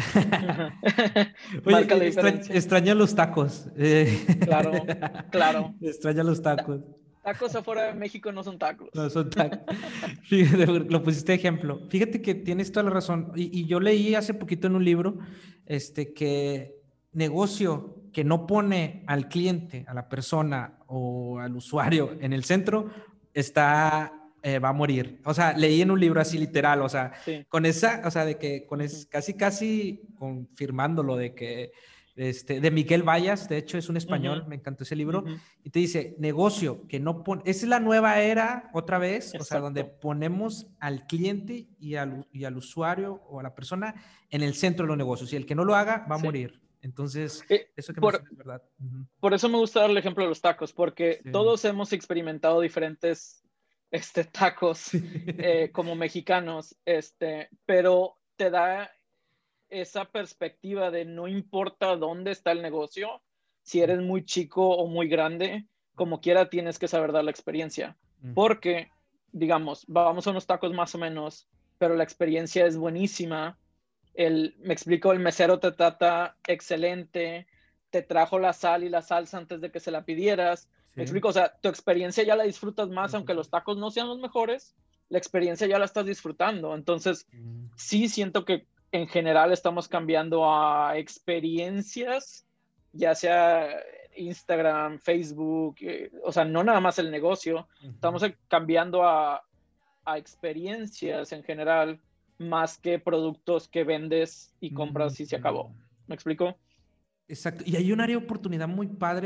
Marca la Oye, diferencia. extraña los tacos. Claro, claro. Extraña los tacos. Tacos afuera de México no son No tacos. son tacos. Fíjate, lo pusiste de ejemplo. Fíjate que tienes toda la razón. Y yo leí hace poquito en un libro que negocio que no pone al cliente, a la persona o al usuario en el centro, va a morir. O sea, leí en un libro así literal, o sea, Sí. con esa, o sea, de que Uh-huh. casi confirmándolo de que, de Miguel Vallas, de hecho es un español, Uh-huh. me encantó ese libro, Uh-huh. y te dice, negocio que no pone, esa es la nueva era otra vez, o sea, donde Exacto. ponemos al cliente y al usuario o a la persona en el centro de los negocios, y el que no lo haga va a Sí. morir. Entonces, eso que Por, mencionas es verdad. Uh-huh. por eso me gusta dar el ejemplo de los tacos, porque Sí. todos hemos experimentado diferentes tacos Sí. como mexicanos, pero te da esa perspectiva de no importa dónde está el negocio, si eres muy chico o muy grande, como quiera tienes que saber dar la experiencia. Porque, digamos, vamos a unos tacos más o menos, pero la experiencia es buenísima. Me explico, el mesero te trata excelente, te trajo la sal y la salsa antes de que se la pidieras. Me Sí. explico, o sea, tu experiencia ya la disfrutas más, aunque los tacos no sean los mejores, la experiencia ya la estás disfrutando. Entonces, sí siento que en general estamos cambiando a experiencias, ya sea Instagram, Facebook, o sea, no nada más el negocio, estamos cambiando a experiencias en general más que productos que vendes y compras y se acabó. ¿Me explico? Exacto. Y hay un área de oportunidad muy padre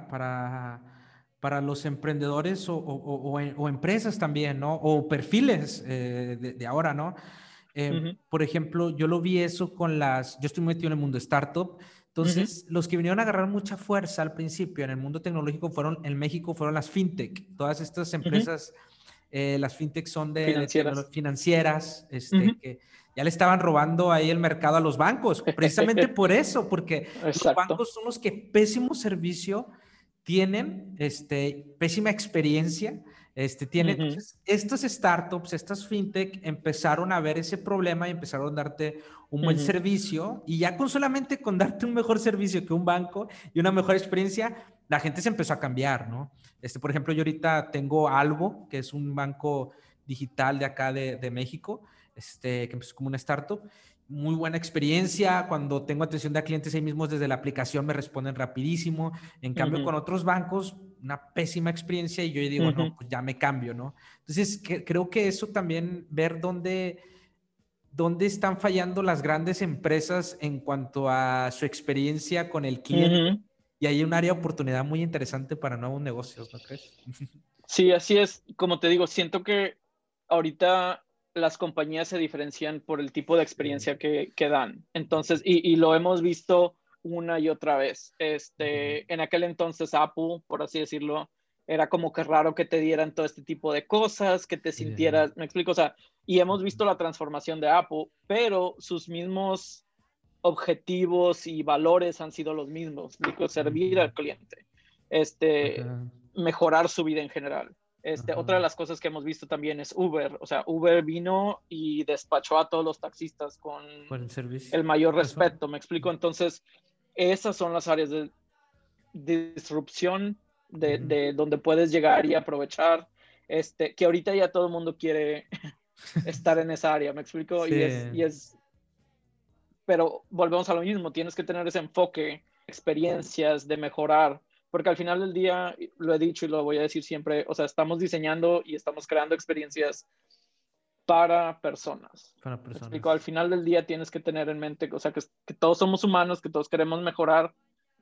para los emprendedores o empresas también, ¿no? O perfiles de ahora, ¿no? Uh-huh. Por ejemplo, yo lo vi eso yo estoy metido en el mundo startup, Uh-huh. entonces los que vinieron a agarrar mucha fuerza al principio en el mundo tecnológico en México fueron las fintech, todas estas Uh-huh. empresas, las fintech son de Financieras. financieras, Uh-huh. que ya le estaban robando ahí el mercado a los bancos, precisamente por eso, porque los Exacto. bancos son los que pésimo servicio tienen, pésima experiencia, tienen, Uh-huh. entonces, estas startups, estas fintech empezaron a ver ese problema y empezaron a darte un buen Uh-huh. servicio, y ya solamente con darte un mejor servicio que un banco y una mejor experiencia, la gente se empezó a cambiar, ¿no? Por ejemplo, yo ahorita tengo Algo, que es un banco digital de acá de México, que empezó como una startup. Muy buena experiencia. Cuando tengo atención de clientes ahí mismos desde la aplicación me responden rapidísimo. En cambio, Uh-huh. con otros bancos, una pésima experiencia, y yo digo, Uh-huh. no, pues ya me cambio, ¿no? Entonces, creo que eso también, ver dónde están fallando las grandes empresas en cuanto a su experiencia con el cliente. Uh-huh. Y hay un área de oportunidad muy interesante para nuevos negocios, ¿no crees? Sí, así es. Como te digo, siento que ahorita las compañías se diferencian por el tipo de Sí. experiencia que dan. Entonces, y lo hemos visto una y otra vez. En aquel entonces Apple, por así decirlo, era como que raro que te dieran todo este tipo de cosas, que te Sí. sintieras, me explico, o sea, y hemos visto la transformación de Apple, pero sus mismos objetivos y valores han sido los mismos. Explico, servir al cliente, Ajá. mejorar su vida en general. Otra Ajá. de las cosas que hemos visto también es Uber. O sea, Uber vino y despachó a todos los taxistas con Por el servicio. el mayor Eso. respeto, ¿me explico? Entonces, esas son las áreas de disrupción de donde puedes llegar y aprovechar, que ahorita ya todo el mundo quiere estar en esa área, ¿me explico? Sí. Pero volvemos a lo mismo, tienes que tener ese enfoque, experiencias de mejorar, porque al final del día, lo he dicho y lo voy a decir siempre, o sea, estamos diseñando y estamos creando experiencias para personas. Para Me personas. explico, al final del día tienes que tener en mente, o sea, que todos somos humanos, que todos queremos mejorar,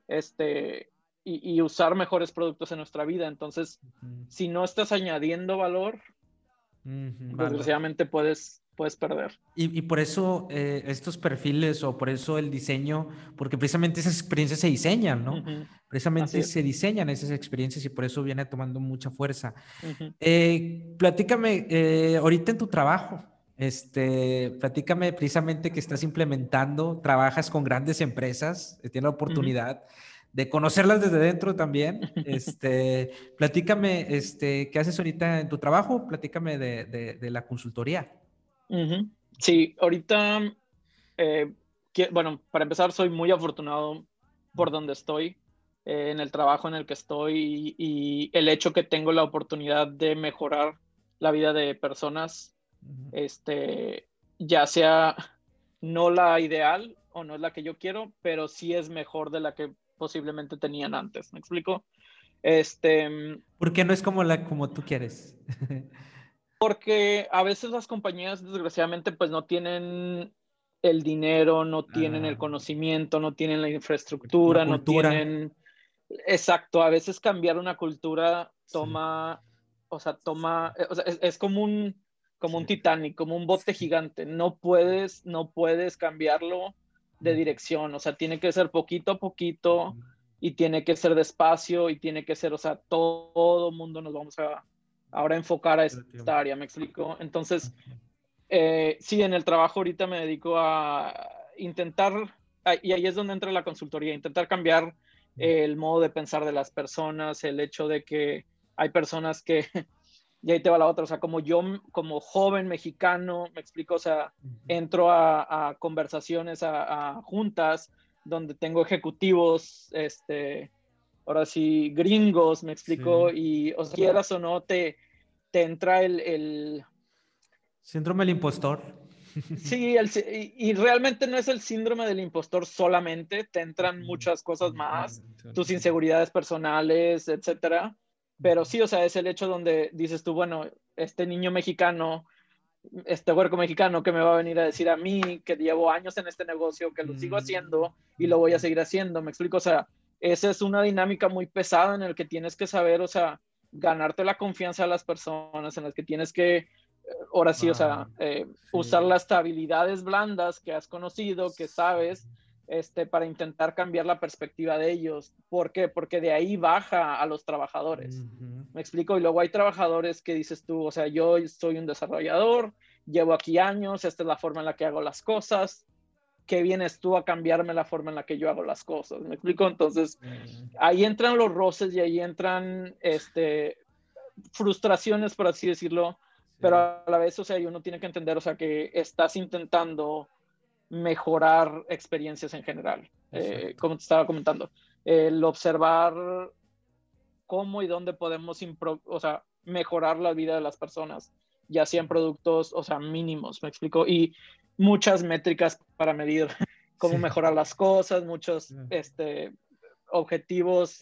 y usar mejores productos en nuestra vida. Entonces, Ujú. si no estás añadiendo valor, Valor. desgraciadamente puedes perder. Y por eso estos perfiles o por eso el diseño, porque precisamente esas experiencias se diseñan, ¿no? Ujú. Así Precisamente es. se diseñan esas experiencias y por eso viene tomando mucha fuerza. Ujú. Platícame, ahorita en tu trabajo, platícame precisamente que estás implementando, trabajas con grandes empresas, tienes la Ujú. oportunidad de conocerlas desde dentro también. Platícame, ¿qué haces ahorita en tu trabajo? Platícame de la consultoría. Ujú. Sí, ahorita, eh, bueno, para empezar, soy muy afortunado por donde estoy, en el trabajo en el que estoy y el hecho que tengo la oportunidad de mejorar la vida de personas, Ujú. ya sea no la ideal o no es la que yo quiero, pero sí es mejor de la que posiblemente tenían antes. ¿Me explico? Este, Porque no es como tú quieres. Porque a veces las compañías, desgraciadamente, pues no tienen el dinero, no tienen el Ah, conocimiento, no tienen la la infraestructura, no cultura. tienen... Exacto, a veces cambiar una cultura Sí, es como sí, un Titanic, como un bote sí. gigante. No puedes cambiarlo de Ujú, dirección. O sea, tiene que ser poquito a poquito ujú. y tiene que ser despacio y tiene que ser, o sea, todo mundo nos vamos a ahora enfocar a Pero esta tiempo. área, ¿me explico? Entonces, Ujú, sí, en el trabajo ahorita me dedico a intentar, y ahí es donde entra la consultoría, intentar cambiar el modo de pensar de las personas, el hecho de que hay personas que, y ahí te va la otra, o sea, como yo, como joven mexicano, me explico, o sea, ujú. entro a conversaciones, a juntas, donde tengo ejecutivos, ahora sí, gringos, me explico, Sí. y o sea, quieras o no, te entra Síndrome del impostor. sí, y realmente no es el síndrome del impostor solamente, te entran Ujú, muchas cosas más, tus ujú, inseguridades personales, etcétera. Pero sí, o sea, es el hecho donde dices tú, bueno, este niño mexicano, este huerco mexicano que me va a venir a decir a mí que llevo años en este negocio, que lo sigo haciendo y lo voy a ujú. seguir haciendo, me explico, o sea, esa es una dinámica muy pesada en el que tienes que saber, o sea, ganarte la confianza de las personas, en las que tienes que ahora sí, o Wow. sea, usar Sí. las habilidades blandas que has conocido, que sabes, para intentar cambiar la perspectiva de ellos. ¿Por qué? Porque de ahí baja a los trabajadores. Ujú. Me explico, y luego hay trabajadores que dices tú, o sea, yo soy un desarrollador, llevo aquí años, esta es la forma en la que hago las cosas, ¿qué vienes tú a cambiarme la forma en la que yo hago las cosas? ¿Me explico? Entonces, ahí entran los roces y ahí entran frustraciones, por así decirlo, pero Sí, a la vez, o sea, uno tiene que entender, o sea, que estás intentando mejorar experiencias en general. exacto. Como te estaba comentando, el observar cómo y dónde podemos, o sea, mejorar la vida de las personas, ya sean productos, o sea, mínimos, me explico, y muchas métricas para medir cómo Sí. mejorar las cosas, muchos objetivos,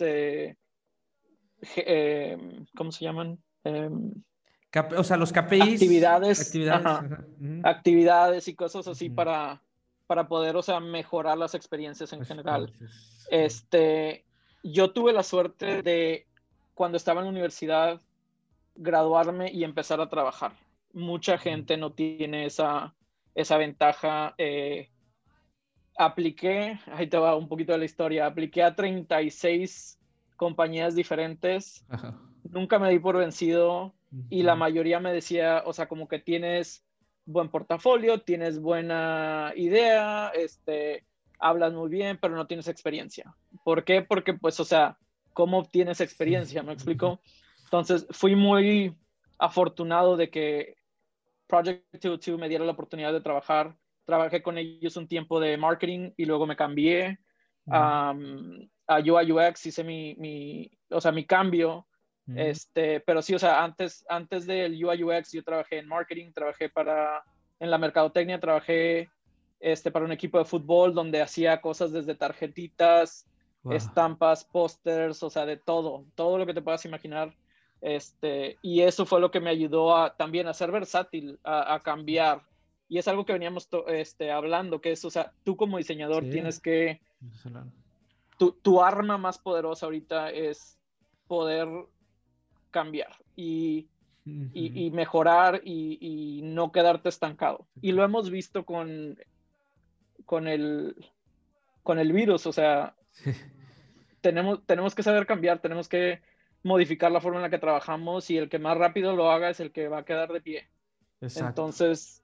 ¿cómo se llaman? O sea, los KPIs, Actividades, actividades. ajá, Ajá. Ujú, actividades y cosas así ujú. para poder, o sea, mejorar las experiencias en general. Experiencias. Este, yo tuve la suerte de, cuando estaba en la universidad, graduarme y empezar a trabajar. Mucha Ujú. gente no tiene esa ventaja. Apliqué, ahí te va un poquito de la historia, apliqué a 36 compañías diferentes, Ajá. nunca me di por vencido y la Ujú. mayoría me decía, o sea, como que tienes buen portafolio, tienes buena idea, hablas muy bien, pero no tienes experiencia. ¿Por qué? Porque, pues, o sea, ¿cómo obtienes experiencia? ¿Me explico? Entonces, fui muy afortunado de que Project 202 me diera la oportunidad de trabajar. Trabajé con ellos un tiempo de marketing y luego me cambié a UI UX, hice o sea, mi cambio. Pero sí, o sea, antes del UI UX yo trabajé en marketing, trabajé en la mercadotecnia, trabajé para un equipo de fútbol donde hacía cosas desde tarjetitas, Wow. estampas, pósters, o sea, de todo lo que te puedas imaginar. Y eso fue lo que me ayudó también a ser versátil, a cambiar. Y es algo que veníamos hablando, que es, o sea, tú como diseñador Sí. tienes que, tu arma más poderosa ahorita es poder cambiar y mejorar y no quedarte estancado. Y lo hemos visto con el, con el virus, o sea, Sí. tenemos que saber cambiar, tenemos que modificar la forma en la que trabajamos y el que más rápido lo haga es el que va a quedar de pie. Exacto. Entonces,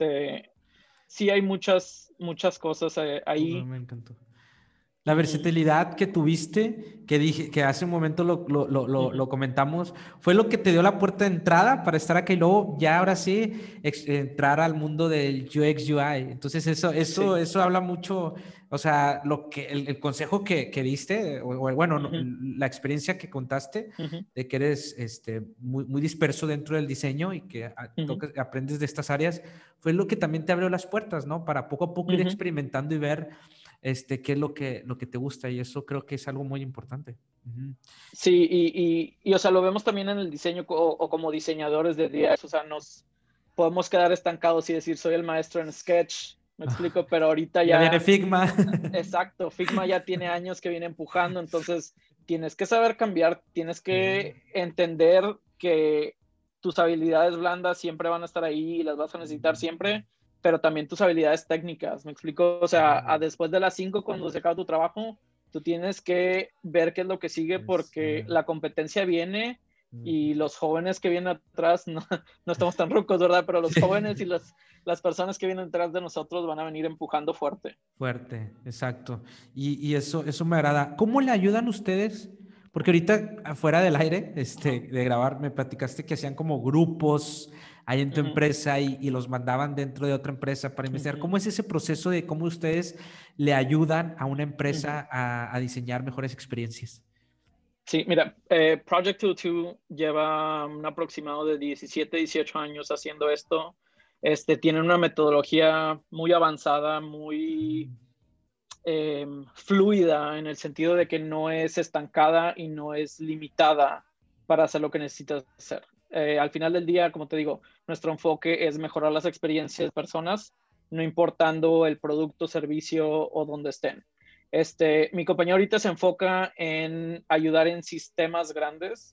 sí hay muchas cosas ahí. Me encantó. La Ujú, versatilidad que tuviste, que dije, que hace un momento ujú, lo comentamos, fue lo que te dio la puerta de entrada para estar acá y luego ya ahora sí entrar al mundo del UX UI. Entonces sí. eso habla mucho, o sea, el consejo que diste, bueno, Ujú, la experiencia que contaste ujú, de que eres muy disperso dentro del diseño y que ujú, aprendes de estas áreas, fue lo que también te abrió las puertas, ¿no? Para poco a poco ir ujú. experimentando y ver qué es lo que te gusta y eso creo que es algo muy importante. Ujú. Sí, o sea, lo vemos también en el diseño o como diseñadores de días, o sea, nos podemos quedar estancados y decir, soy el maestro en Sketch, me explico, pero ahorita Ya viene ya, Figma. exacto, Figma ya tiene años que viene empujando, entonces tienes que saber cambiar, tienes Sí. que entender que tus habilidades blandas siempre van a estar ahí y las vas a necesitar siempre, pero también tus habilidades técnicas, me explico, o sea, después de las 5 cuando se acaba tu trabajo, tú tienes que ver qué es lo que sigue porque la competencia viene y los jóvenes que vienen atrás, no, no estamos tan rucos, ¿verdad? Pero los jóvenes y las personas que vienen detrás de nosotros van a venir empujando fuerte. Fuerte, exacto. Y eso me agrada. ¿Cómo le ayudan ustedes? Porque ahorita afuera del aire, Ajá. de grabar, me platicaste que hacían como grupos ahí en tu Ujú, empresa y los mandaban dentro de otra empresa para investigar. ujú, ¿Cómo es ese proceso de cómo ustedes le ayudan a una ujú. empresa a diseñar mejores experiencias? Sí, mira, Project 22 lleva un aproximado de 17, 18 años haciendo esto. Tienen una metodología muy avanzada, muy fluida en el sentido de que no es estancada y no es limitada para hacer lo que necesitas hacer. Al final del día, como te digo, nuestro enfoque es mejorar las experiencias de personas, no importando el producto, servicio o donde estén. Mi compañero ahorita se enfoca en ayudar en sistemas grandes,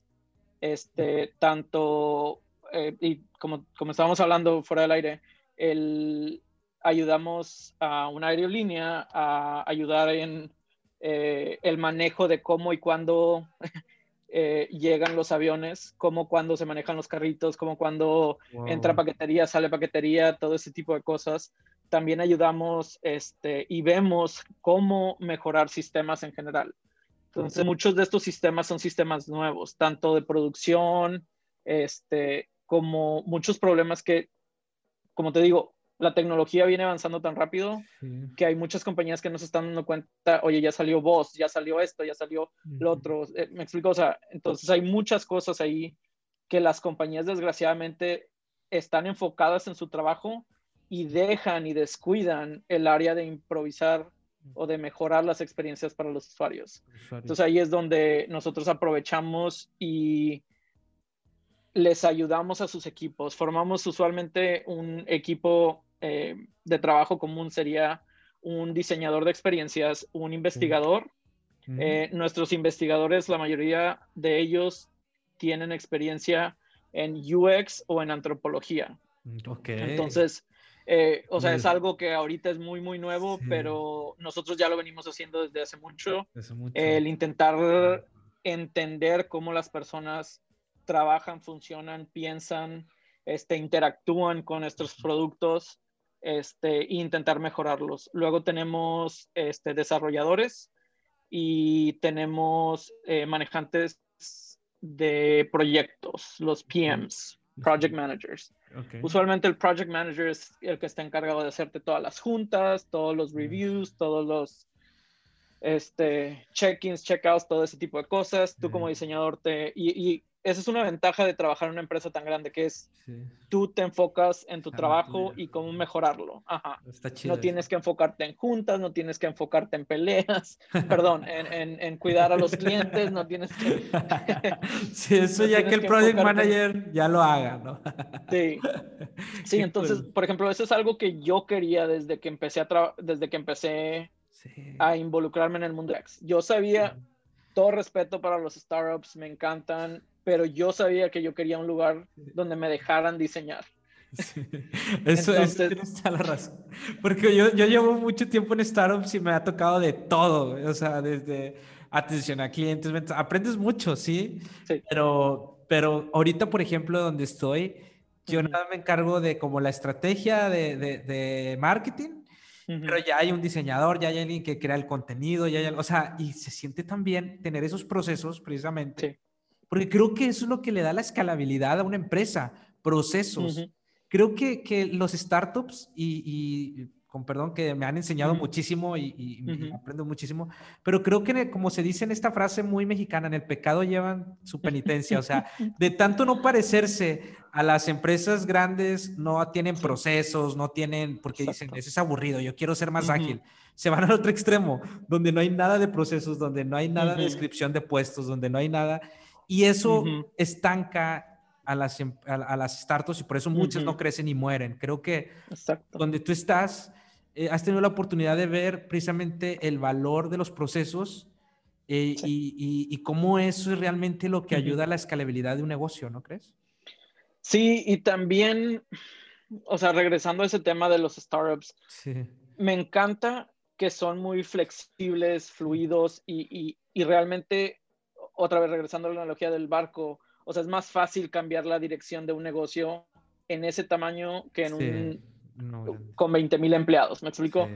tanto, y como estábamos hablando fuera del aire, el, ayudamos a una aerolínea a ayudar en el manejo de cómo y cuándo llegan los aviones, cómo cuándo se manejan los carritos, cómo cuándo entra Wow. paquetería, sale paquetería, todo ese tipo de cosas. También ayudamos y vemos cómo mejorar sistemas en general. Entonces, muchos de estos sistemas son sistemas nuevos, tanto de producción, como muchos problemas que, como te digo, la tecnología viene avanzando tan rápido Sí. que hay muchas compañías que no se están dando cuenta, oye, ya salió Voz, ya salió esto, ya salió lo Ujú. otro. Me explico, o sea, entonces hay muchas cosas ahí que las compañías desgraciadamente están enfocadas en su trabajo y dejan y descuidan el área de improvisar o de mejorar las experiencias para los usuarios. Entonces Usuarios. ahí es donde nosotros aprovechamos y les ayudamos a sus equipos. Formamos usualmente un equipo de trabajo común, sería un diseñador de experiencias, un Sí. investigador. Ujú. Nuestros investigadores, la mayoría de ellos tienen experiencia en UX o en antropología. Ok. Entonces, o sea, es Cool. algo que ahorita es muy, muy nuevo, Sí. pero nosotros ya lo venimos haciendo desde hace mucho. Eso mucho. El intentar entender cómo las personas trabajan, funcionan, piensan, interactúan con nuestros productos, e intentar mejorarlos. Luego tenemos desarrolladores y tenemos manejantes de proyectos, los PMs, Project Managers. Okay. Usualmente el Project Manager es el que está encargado de hacerte todas las juntas, todos los reviews, todos los check-ins, check-outs, todo ese tipo de cosas. Tú como diseñador y esa es una ventaja de trabajar en una empresa tan grande, que es tú te enfocas en tu trabajo y cómo mejorarlo. Ajá. Está chido. No tienes que enfocarte en juntas, no tienes que enfocarte en peleas, perdón, en cuidar a los clientes, no tienes que... Sí, eso no ya que el Project Manager ya lo haga, ¿no? Sí. Sí, entonces, por ejemplo, eso es algo que yo quería desde que empecé a involucrarme en el mundo X. Yo sabía, todo respeto para los startups, me encantan, pero yo sabía que yo quería un lugar donde me dejaran diseñar. Sí. Eso tienes toda la razón. Porque yo llevo mucho tiempo en startups y me ha tocado de todo. O sea, desde atención a clientes, aprendes mucho, ¿sí? Sí. Pero ahorita, por ejemplo, donde estoy, yo nada me encargo de como la estrategia de marketing, pero ya hay un diseñador, ya hay alguien que crea el contenido, ya hay, o sea, y se siente también tener esos procesos precisamente, porque creo que eso es lo que le da la escalabilidad a una empresa, procesos. Creo que los startups, y con perdón que me han enseñado muchísimo y aprendo muchísimo, pero creo que como se dice en esta frase muy mexicana, en el pecado llevan su penitencia, o sea, de tanto no parecerse a las empresas grandes, no tienen procesos, no tienen, porque dicen, eso es aburrido, yo quiero ser más ágil. Se van al otro extremo, donde no hay nada de procesos, donde no hay nada de descripción de puestos, donde no hay nada, y eso estanca a las startups y por eso muchas no crecen y mueren. Creo que donde tú estás, has tenido la oportunidad de ver precisamente el valor de los procesos y cómo eso es realmente lo que ayuda a la escalabilidad de un negocio, ¿no crees? Sí, y también, o sea, regresando a ese tema de los startups, me encanta que son muy flexibles, fluidos y realmente, otra vez regresando a la analogía del barco, o sea, es más fácil cambiar la dirección de un negocio en ese tamaño que en con 20,000 empleados, ¿me explico?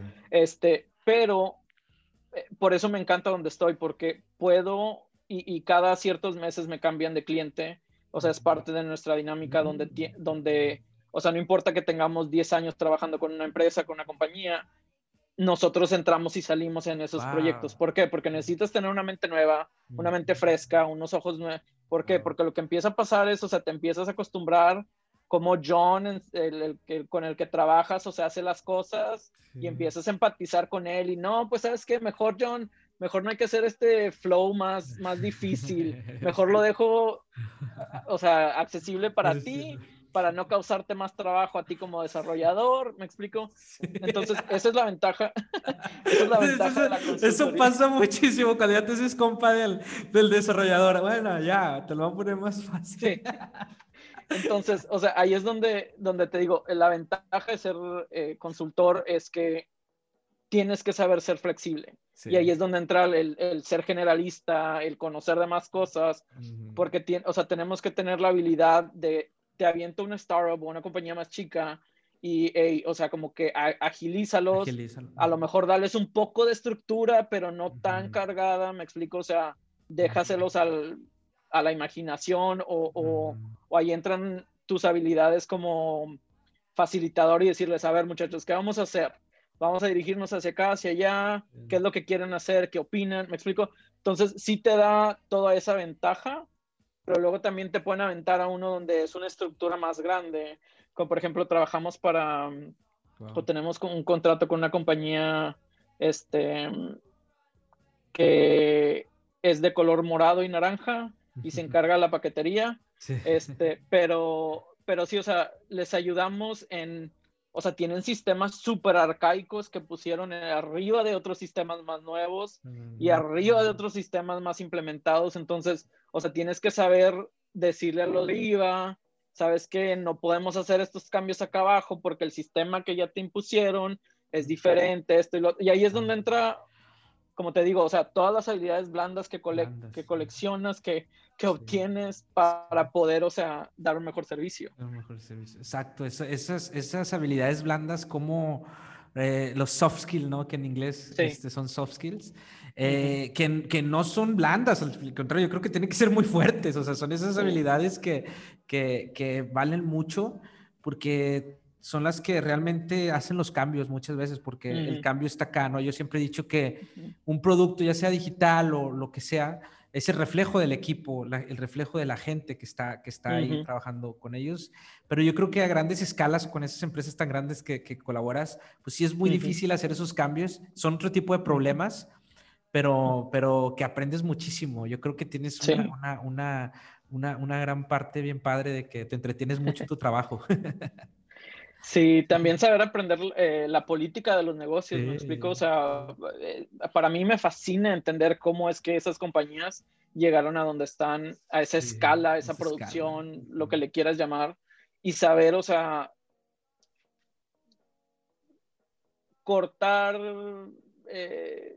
Pero por eso me encanta donde estoy, porque puedo y cada ciertos meses me cambian de cliente, o sea, es parte de nuestra dinámica donde, o sea, no importa que tengamos 10 años trabajando con una empresa, con una compañía, nosotros entramos y salimos en esos proyectos. ¿Por qué? Porque necesitas tener una mente nueva, una mente fresca, unos ojos nuevos. ¿Por qué? Porque lo que empieza a pasar es, o sea, te empiezas a acostumbrar como John, con el que trabajas, o sea, hace las cosas y empiezas a empatizar con él y no, pues, ¿sabes qué? Mejor, John, mejor no hay que hacer este flow más difícil. Mejor lo dejo, o sea, accesible para ti, para no causarte más trabajo a ti como desarrollador, ¿me explico? Entonces, esa es la ventaja. Esa es la ventaja de la consultoría. Eso pasa muchísimo cuando ya te haces compa del desarrollador. Bueno, ya, te lo voy a poner más fácil. Sí. Entonces, o sea, ahí es donde te digo, la ventaja de ser consultor es que tienes que saber ser flexible. Y ahí es donde entra el ser generalista, el conocer de más cosas, porque o sea, tenemos que tener la habilidad de, te aviento una startup o una compañía más chica y o sea, como que agilízalos, a lo mejor darles un poco de estructura, pero no tan cargada, me explico, o sea, déjaselos a la imaginación o ahí entran tus habilidades como facilitador y decirles, a ver, muchachos, ¿qué vamos a hacer? Vamos a dirigirnos hacia acá, hacia allá, qué es lo que quieren hacer, qué opinan, ¿me explico? Entonces, sí te da toda esa ventaja, pero luego también te pueden aventar a uno donde es una estructura más grande, como por ejemplo, trabajamos o tenemos un contrato con una compañía, que es de color morado y naranja y se encarga de la paquetería, pero sí, o sea, les ayudamos o sea, tienen sistemas súper arcaicos que pusieron arriba de otros sistemas más nuevos y arriba de otros sistemas más implementados. Entonces, o sea, tienes que saber decirle a los de IVA, sabes que no podemos hacer estos cambios acá abajo porque el sistema que ya te impusieron es diferente, y ahí es donde entra como te digo, o sea, todas las habilidades blandas que Blandas, coleccionas, que sí, obtienes sí. para poder, o sea, dar un mejor servicio. Un mejor servicio. Exacto, esas habilidades blandas como los soft skills, ¿no? Que en inglés Sí. son soft skills, Ujú, que no son blandas, al contrario, yo creo que tienen que ser muy fuertes, o sea, son esas sí. habilidades que valen mucho porque son las que realmente hacen los cambios muchas veces, porque el Ujú, cambio está acá, ¿no? Yo siempre he dicho que ujú, un producto, ya sea digital o lo que sea, es el reflejo del equipo, el reflejo de la gente que está ahí ujú, trabajando con ellos. Pero yo creo que a grandes escalas, con esas empresas tan grandes que colaboras, pues sí es muy ujú, difícil hacer esos cambios. Son otro tipo de ujú. problemas, pero que aprendes muchísimo. Yo creo que tienes Sí. una gran parte bien padre de que te entretienes mucho en tu trabajo. Sí, también saber aprender la política de los negocios, ¿me explico? O Sí, sea, sí, para mí me fascina entender cómo es que esas compañías llegaron a donde están, a esa sí, escala, a esa esa escala. producción, lo que le quieras llamar, y saber, o sea, cortar, eh,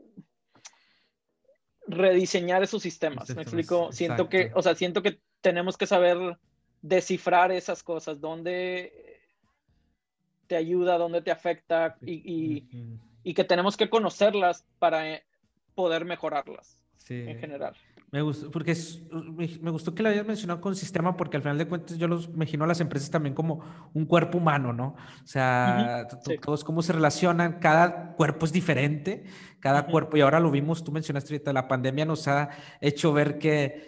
rediseñar esos sistemas, ¿me explico? Siento que, Exacto. o sea, siento que tenemos que saber descifrar esas cosas, dónde te ayuda, dónde te afecta Ujú. y que tenemos que conocerlas para poder mejorarlas en Sí. general. Me gustó, porque me gustó que lo hayas mencionado con sistema, porque al final de cuentas yo los imagino a las empresas también como un cuerpo humano, ¿no? O Ujú, sea, sí. todos cómo se relacionan, cada cuerpo es diferente, cada Ujú, cuerpo, y ahora lo vimos, tú mencionaste ahorita, la pandemia nos ha hecho ver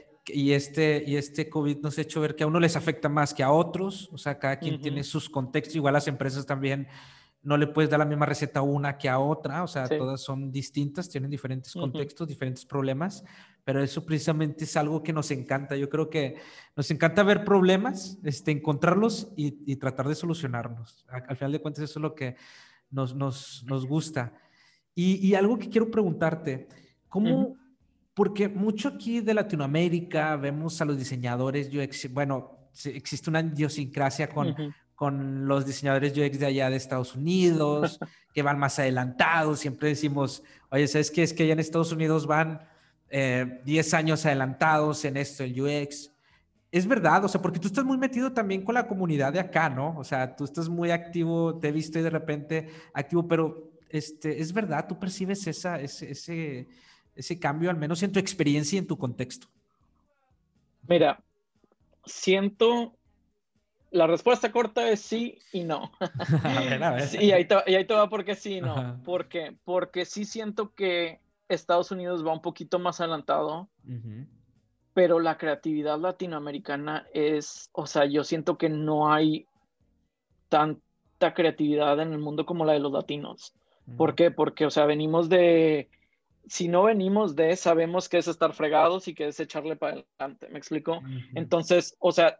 y este COVID nos ha hecho ver que a uno les afecta más que a otros, o sea, cada quien tiene ujú, sus contextos, igual las empresas también no le puedes dar la misma receta a una que a otra, o sea, sí. todas son distintas, tienen diferentes Ujú, contextos, diferentes problemas, pero eso precisamente es algo que nos encanta. Yo creo que nos encanta ver problemas, encontrarlos y tratar de solucionarlos. Al final de cuentas, eso es lo que nos gusta. Y algo que quiero preguntarte, ujú, ¿cómo? Porque mucho aquí de Latinoamérica vemos a los diseñadores UX, bueno, existe una idiosincrasia ujú, con los diseñadores UX de allá de Estados Unidos, que van más adelantados. Siempre decimos, oye, ¿sabes qué? Es que allá en Estados Unidos van 10 años adelantados en esto, el UX. Es verdad, o sea, porque tú estás muy metido también con la comunidad de acá, ¿no? O sea, tú estás muy activo, te he visto y de repente activo, pero es verdad, tú percibes ese cambio, al menos en tu experiencia y en tu contexto. Mira, siento, la respuesta corta es sí y no. A ver, a Sí, y ver. y ahí te va porque sí y no. Ajá. ¿Por qué? Porque sí siento que Estados Unidos va un poquito más adelantado, Ujú, pero la creatividad latinoamericana es, o sea, yo siento que no hay tanta creatividad en el mundo como la de los latinos. ¿Por ujú, qué? Porque, o sea, venimos de, si no venimos de, sabemos que es estar fregados y que es echarle para adelante, ¿me explico? ujú, Entonces, o sea,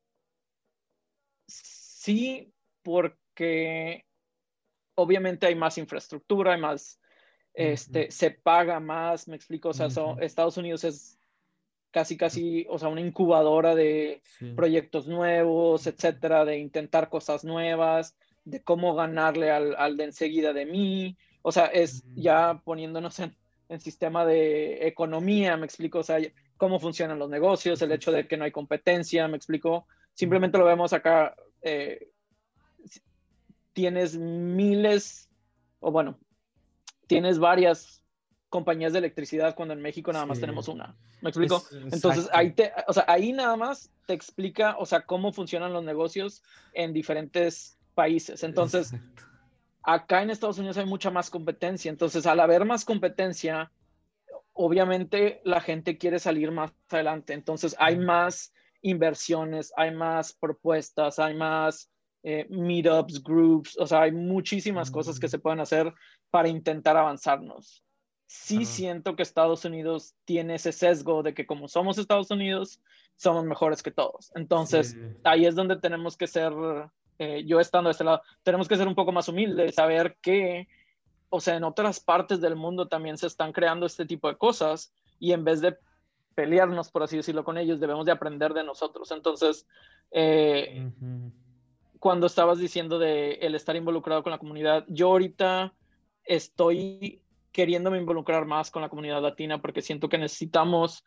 sí, porque obviamente hay más infraestructura, hay más, ujú, se paga más, ¿me explico? O sea, ujú. Estados Unidos es casi, o sea, una incubadora de Sí. proyectos nuevos, etcétera, de intentar cosas nuevas, de cómo ganarle al de enseguida de mí. O sea, es Ujú, ya poniéndonos en sistema de economía, me explico, o sea, cómo funcionan los negocios, el hecho de que no hay competencia, me explico. ujú, Simplemente lo vemos acá, tienes miles, o bueno, tienes varias compañías de electricidad cuando en México nada más sí. tenemos una. ¿Me explico? Entonces, Exacto. o sea, ahí nada más te explica, o sea, cómo funcionan los negocios en diferentes países. Entonces, Exacto. acá en Estados Unidos hay mucha más competencia. Entonces, al haber más competencia, obviamente la gente quiere salir más adelante. Entonces, hay más inversiones, hay más propuestas, hay más meetups, groups, o sea, hay muchísimas cosas que Mm, se pueden hacer para intentar avanzarnos. Sí claro. siento que Estados Unidos tiene ese sesgo de que como somos Estados Unidos, somos mejores que todos. Entonces, Sí. ahí es donde tenemos que ser, yo estando de este lado, tenemos que ser un poco más humildes, saber que, o sea, en otras partes del mundo también se están creando este tipo de cosas y en vez de pelearnos, por así decirlo, con ellos, debemos de aprender de nosotros. Entonces, eh, Ujú, cuando estabas diciendo de el estar involucrado con la comunidad, yo ahorita estoy queriéndome involucrar más con la comunidad latina porque siento que necesitamos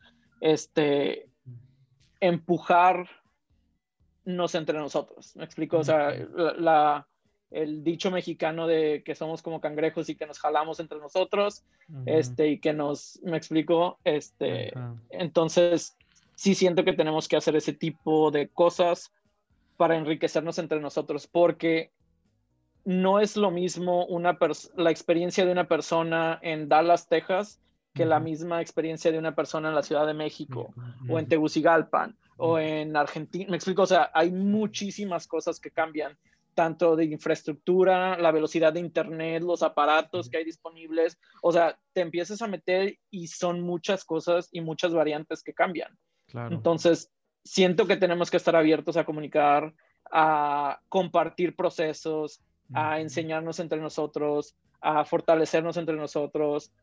empujarnos entre nosotros. ¿Me explico? O sea, el dicho mexicano de que somos como cangrejos y que nos jalamos entre nosotros, y que ¿me explico? Entonces, sí siento que tenemos que hacer ese tipo de cosas para enriquecernos entre nosotros, porque no es lo mismo la experiencia de una persona en Dallas, Texas, que la misma experiencia de una persona en la Ciudad de México, o en Tegucigalpa, o en Argentina. Me explico, o sea, hay muchísimas cosas que cambian, tanto de infraestructura, la velocidad de internet, los aparatos que hay disponibles. O sea, te empiezas a meter y son muchas cosas y muchas variantes que cambian. Claro. Entonces, siento que tenemos que estar abiertos a comunicar, a compartir procesos, a enseñarnos entre nosotros, a fortalecernos entre nosotros,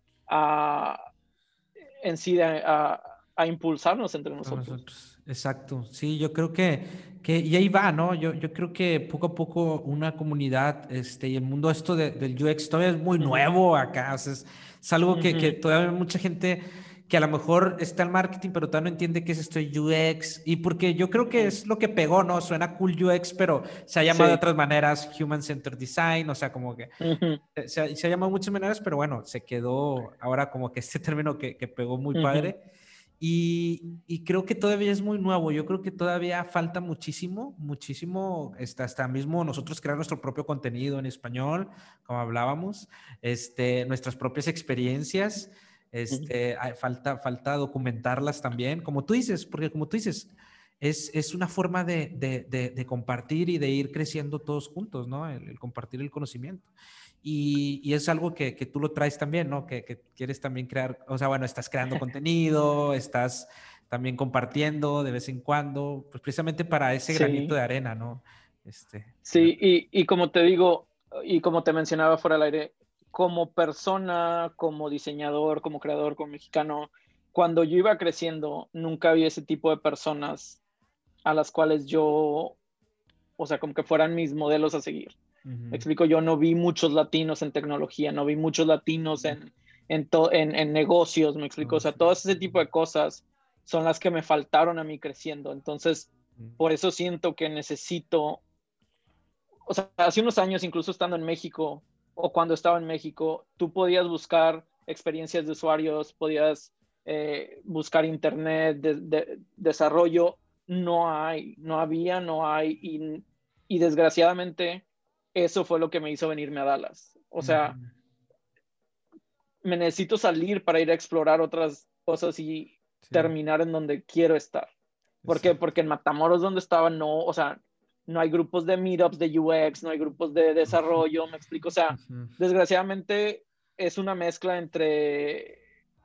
en sí a impulsarnos entre nosotros. Exacto. Sí, yo creo que y ahí va, ¿no? Yo creo que poco a poco una comunidad, y el mundo esto del UX todavía es muy nuevo acá, o sea, es algo que todavía hay mucha gente que a lo mejor está en marketing, pero todavía no entiende qué es esto de UX, y porque yo creo que es lo que pegó, ¿no? Suena cool UX, pero se ha llamado de otras maneras Human Centered Design, o sea, como que se ha llamado de muchas maneras, pero bueno, se quedó ahora como que este término que pegó muy padre. Y creo que todavía es muy nuevo. Yo creo que todavía falta muchísimo, muchísimo, hasta mismo nosotros crear nuestro propio contenido en español, como hablábamos, nuestras propias experiencias. Falta documentarlas también, como tú dices, porque como tú dices, es una forma de compartir y de ir creciendo todos juntos, ¿no? El compartir el conocimiento. Y es algo que tú lo traes también, ¿no? Que quieres también crear, o sea, bueno, estás creando contenido, estás también compartiendo de vez en cuando, pues precisamente para ese granito de arena, ¿no? Sí, y como te digo, y como te mencionaba fuera del aire, como persona, como diseñador, como creador, como mexicano, cuando yo iba creciendo, nunca había ese tipo de personas a las cuales yo, o sea, como que fueran mis modelos a seguir. Me explico, yo no vi muchos latinos en tecnología, no vi muchos latinos en negocios, me explico, o sea, todo ese tipo de cosas son las que me faltaron a mí creciendo. Entonces, por eso siento que necesito, o sea, hace unos años, incluso estando en México o cuando estaba en México, tú podías buscar experiencias de usuarios, podías buscar internet, desarrollo. No hay, no había, no hay. Y desgraciadamente, eso fue lo que me hizo venirme a Dallas. O sea, me necesito salir para ir a explorar otras cosas y terminar en donde quiero estar. ¿Por qué? Porque en Matamoros, donde estaba, no, o sea, no hay grupos de meetups de UX, no hay grupos de desarrollo, me explico. O sea, desgraciadamente es una mezcla entre,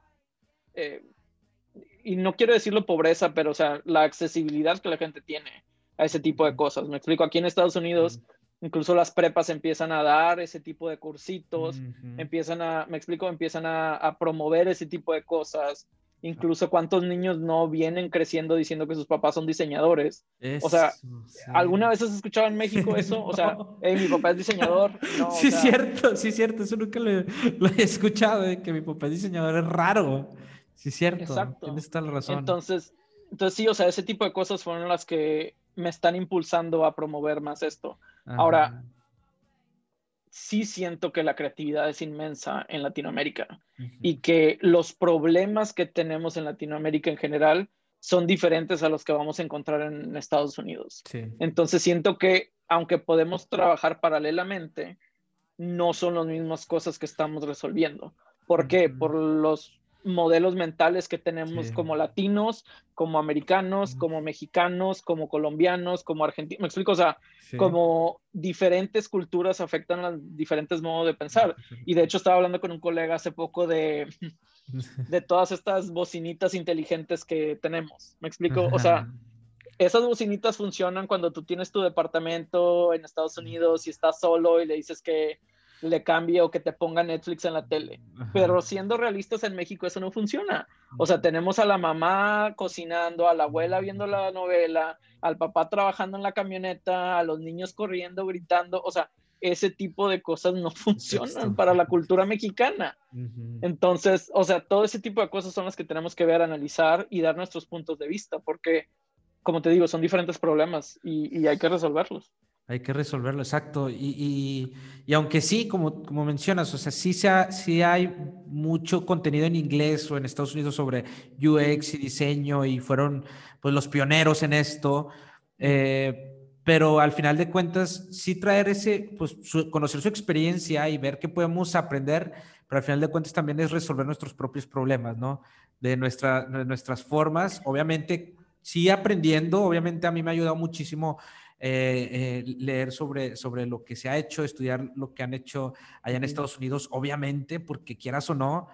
y no quiero decirlo pobreza, pero o sea, la accesibilidad que la gente tiene a ese tipo de cosas. Me explico, aquí en Estados Unidos, incluso las prepas empiezan a dar ese tipo de cursitos, me explico, empiezan a promover ese tipo de cosas. Incluso cuántos niños no vienen creciendo diciendo que sus papás son diseñadores. O sea, ¿alguna vez has escuchado en México eso? O sea, No. hey, mi papá es diseñador. No, Sí, o es sea, cierto, sí, es cierto. Eso nunca lo he escuchado, de que mi papá es diseñador, es raro. Sí, es cierto, exacto. tienes toda la razón. Entonces sí, o sea, ese tipo de cosas fueron las que me están impulsando a promover más esto. Ajá. Ahora, sí siento que la creatividad es inmensa en Latinoamérica y que los problemas que tenemos en Latinoamérica en general son diferentes a los que vamos a encontrar en Estados Unidos. Sí. Entonces siento que aunque podemos trabajar paralelamente, no son las mismas cosas que estamos resolviendo. ¿Por qué? Por los modelos mentales que tenemos Sí. como latinos, como americanos, como mexicanos, como colombianos, como argentinos. Me explico, o sea, Sí. como diferentes culturas afectan los diferentes modos de pensar. Y de hecho estaba hablando con un colega hace poco de todas estas bocinitas inteligentes que tenemos. Me explico, o sea, esas bocinitas funcionan cuando tú tienes tu departamento en Estados Unidos y estás solo y le dices que le cambie o que te ponga Netflix en la tele. Pero siendo realistas, en México eso no funciona. O sea, tenemos a la mamá cocinando, a la abuela viendo la novela, al papá trabajando en la camioneta, a los niños corriendo, gritando. O sea, ese tipo de cosas no funcionan Contexto. para la cultura mexicana. Ujú. Entonces, o sea, todo ese tipo de cosas son las que tenemos que ver, analizar y dar nuestros puntos de vista, porque, como te digo, son diferentes problemas y hay que resolverlos. Hay que resolverlo, exacto. Y aunque sí, como mencionas, o sea, sí hay mucho contenido en inglés o en Estados Unidos sobre UX y diseño y fueron pues los pioneros en esto. Pero al final de cuentas, sí traer pues conocer su experiencia y ver qué podemos aprender, pero al final de cuentas también es resolver nuestros propios problemas, ¿no? De nuestras formas. Obviamente, sí aprendiendo, obviamente a mí me ha ayudado muchísimo leer sobre lo que se ha hecho, estudiar lo que han hecho allá en Estados Unidos, obviamente, porque quieras o no,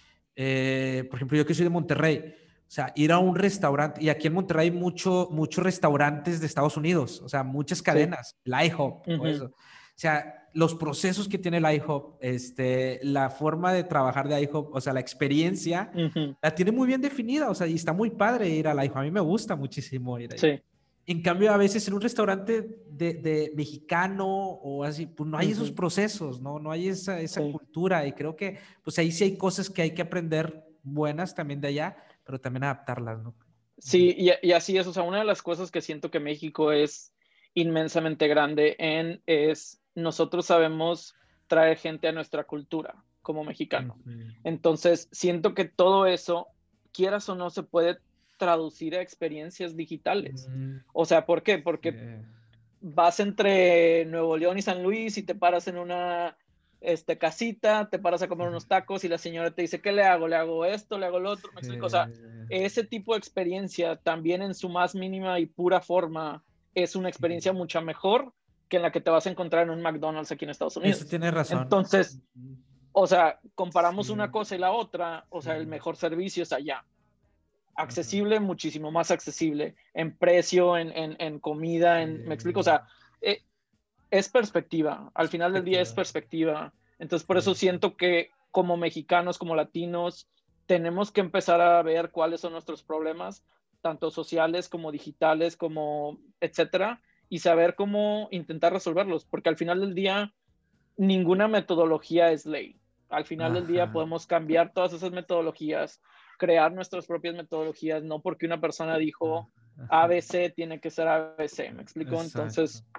por ejemplo, yo que soy de Monterrey, o sea, ir a un restaurante, y aquí en Monterrey hay muchos restaurantes de Estados Unidos, o sea, muchas Sí. cadenas, el IHOP o eso. O sea, los procesos que tiene el IHOP, la forma de trabajar de IHOP, o sea, la experiencia, la tiene muy bien definida, o sea, y está muy padre ir al IHOP. A mí me gusta muchísimo ir ahí. Sí. En cambio, a veces en un restaurante de mexicano o así, pues no hay esos procesos, ¿no? No hay esa Sí. cultura y creo que pues ahí sí hay cosas que hay que aprender buenas también de allá, pero también adaptarlas, ¿no? Sí, y así es. O sea, una de las cosas que siento que México es inmensamente grande es nosotros sabemos traer gente a nuestra cultura como mexicano. Ujú. Entonces, siento que todo eso, quieras o no, se puede traducir a experiencias digitales. Mm, O sea, ¿por qué? Porque eh, vas entre Nuevo León y San Luis y te paras en una casita, te paras a comer unos tacos y la señora te dice, ¿qué le hago? ¿Le hago esto? ¿Le hago lo otro? ¿Me explico? O sea, eh, ese tipo de experiencia también en su más mínima y pura forma es una experiencia mucho mejor que en la que te vas a encontrar en un McDonald's aquí en Estados eso Unidos. tiene razón. Entonces, Ujú. o sea, comparamos una Sí, cosa y la otra, o sea, el sí. mejor servicio es allá. Ajá. Accesible, muchísimo más accesible en precio, en comida, me explico, o sea, eh, es perspectiva, al final del día es Perspectiva. perspectiva. Entonces, por Sí. eso siento que como mexicanos, como latinos, tenemos que empezar a ver cuáles son nuestros problemas, tanto sociales como digitales, como etcétera, y saber cómo intentar resolverlos, porque al final del día ninguna metodología es ley. Al final del día Ajá. podemos cambiar todas esas metodologías, crear nuestras propias metodologías, no porque una persona dijo Ajá. ABC tiene que ser ABC, ¿me explico? Exacto. Entonces,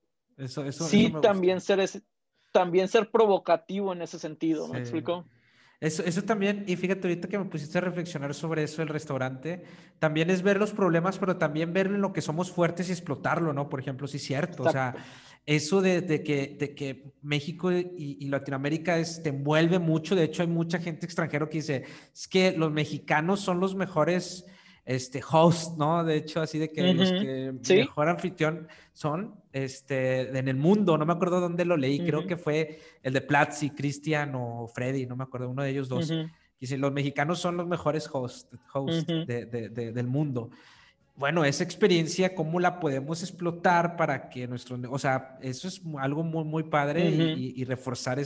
Eso sí me gusta. también ser provocativo en ese sentido, ¿me Sí. explico? Eso también, y fíjate, ahorita que me pusiste a reflexionar sobre eso, el restaurante, también es ver los problemas, pero también ver en lo que somos fuertes y explotarlo, ¿no? Por ejemplo, sí es cierto, o sea, Exacto. eso de que México y Latinoamérica te envuelve mucho, de hecho hay mucha gente extranjera que dice, es que los mexicanos son los mejores host, ¿no? De hecho, así de que los que Sí. mejor anfitrión son en el mundo, no me acuerdo dónde lo leí, creo Ujú, que fue el de Platzi, Cristian o Freddy, no me acuerdo, uno de ellos dos. ujú, Dice, los mexicanos son los mejores host ujú, del mundo. Bueno, esa experiencia, ¿cómo la podemos explotar para que o sea, eso es algo muy, muy padre ujú. y reforzar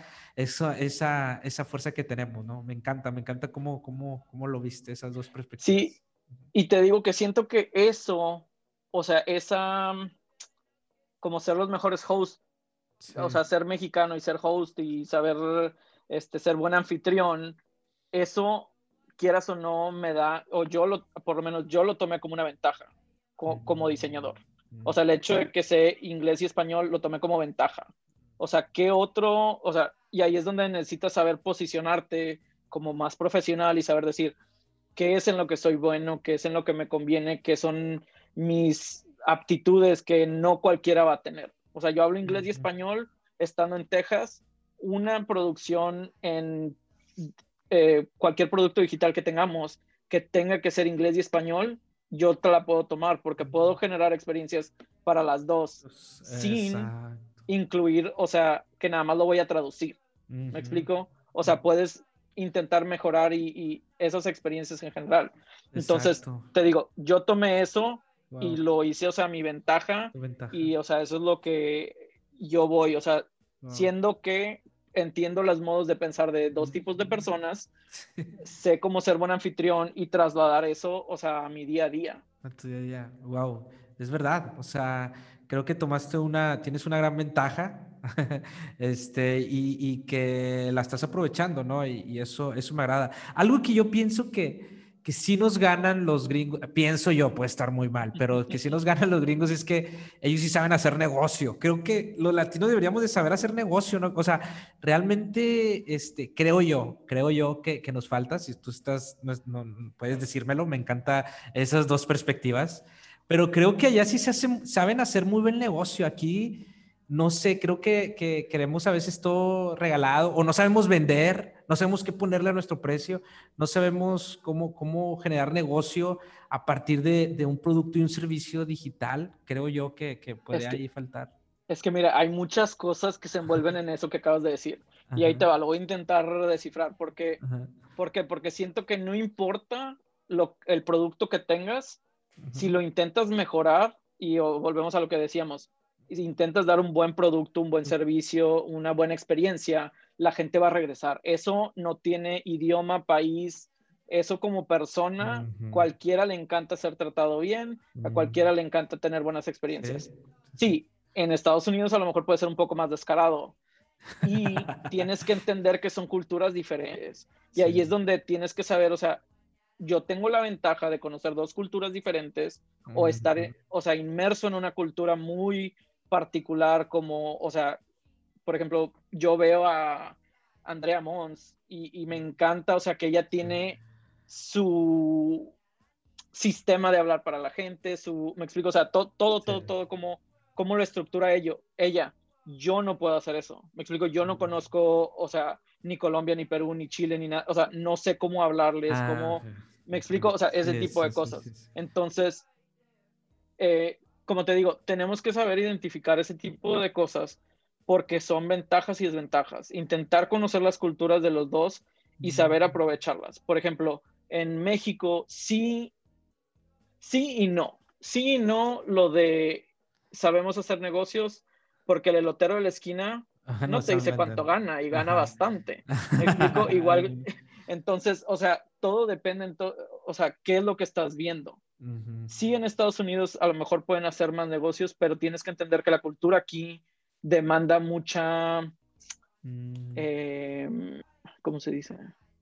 esa fuerza que tenemos, ¿no? Me encanta cómo lo viste, esas dos Sí, perspectivas. y te digo que siento que eso, o sea, como ser los mejores hosts, o Sí. sea, ser mexicano y ser host y saber ser buen anfitrión, eso, quieras o no, me da, o por lo menos yo lo tomé como una ventaja como diseñador. O sea, el hecho de que sé inglés y español lo tomé como ventaja. O sea, ¿qué otro? O sea, y ahí es donde necesitas saber posicionarte como más profesional y saber decir qué es en lo que soy bueno, qué es en lo que me conviene, qué son mis aptitudes que no cualquiera va a tener. O sea, yo hablo inglés y español estando en Texas, una producción en cualquier producto digital que tengamos que tenga que ser inglés y español, yo te la puedo tomar porque puedo generar experiencias para las dos Pues, sin exacto. incluir, o sea, que nada más lo voy a traducir. ¿Me Ujú. explico? O sea, puedes intentar mejorar y esas experiencias en general. Entonces, Exacto. te digo, yo tomé eso y Wow. lo hice, o sea, mi ventaja Tu ventaja. y, o sea, eso es lo que yo voy, o sea, Wow. siendo que entiendo los modos de pensar de dos tipos de personas, sé cómo ser buen anfitrión y trasladar eso, o sea, a mi día a día. A tu día a día. Wow. Es verdad. O sea, creo que tienes una gran ventaja Y que la estás aprovechando, ¿no? Y eso me agrada. Algo que yo pienso que sí nos ganan los gringos, pienso yo, puede estar muy mal, pero que sí nos ganan los gringos es que ellos sí saben hacer negocio. Creo que los latinos deberíamos de saber hacer negocio, ¿no? O sea, realmente, creo yo que nos falta, si tú estás, no puedes decírmelo, me encanta esas dos perspectivas, pero creo que allá sí saben hacer muy buen negocio. Aquí no sé, creo que queremos a veces todo regalado o no sabemos vender, no sabemos qué ponerle a nuestro precio, no sabemos cómo generar negocio a partir de un producto y un servicio digital. Creo yo que puede Es que, ahí faltar. es que mira, hay muchas cosas que se envuelven en eso que acabas de decir. Y ahí te Ajá, va, lo voy a intentar descifrar. ajá, ¿Por qué? Porque siento que no importa el producto que tengas, si ujú, lo intentas mejorar, y volvemos a lo que decíamos, si intentas dar un buen producto, un buen servicio, una buena experiencia, la gente va a regresar. Eso no tiene idioma, país, eso como persona, ujú, cualquiera le encanta ser tratado bien, a ujú. cualquiera le encanta tener buenas Sí, experiencias. sí, sí. Sí, en Estados Unidos a lo mejor puede ser un poco más descarado, y tienes que entender que son culturas diferentes. Y ahí es Sí. donde tienes que saber, o sea, yo tengo la ventaja de conocer dos culturas diferentes o estar, Ujú. o sea, inmerso en una cultura muy particular como, o sea, por ejemplo, yo veo a Andrea Mons y me encanta, o sea, que ella tiene su sistema de hablar para la gente, me explico, o sea, Sí. todo, cómo lo estructura ella. Yo no puedo hacer eso. Me explico, yo no conozco, o sea, ni Colombia, ni Perú, ni Chile, ni nada, o sea, no sé cómo hablarles, Ah, cómo, me explico, entiendo. o sea, ese Sí, tipo sí, de sí, sí, cosas. sí. Entonces, como te digo, tenemos que saber identificar ese tipo de cosas porque son ventajas y desventajas. Intentar conocer las culturas de los dos y saber Mm, aprovecharlas. Por ejemplo, en México sí y no. Sí y no lo de sabemos hacer negocios porque el elotero de la esquina ajá, no no te saben dice vender. cuánto gana y gana Ajá. bastante. Me explico, igual, entonces, o sea, todo depende, o sea, qué es lo que estás viendo. Ujú. Sí, en Estados Unidos a lo mejor pueden hacer más negocios, pero tienes que entender que la cultura aquí demanda mucha, Mm, eh, ¿cómo se dice?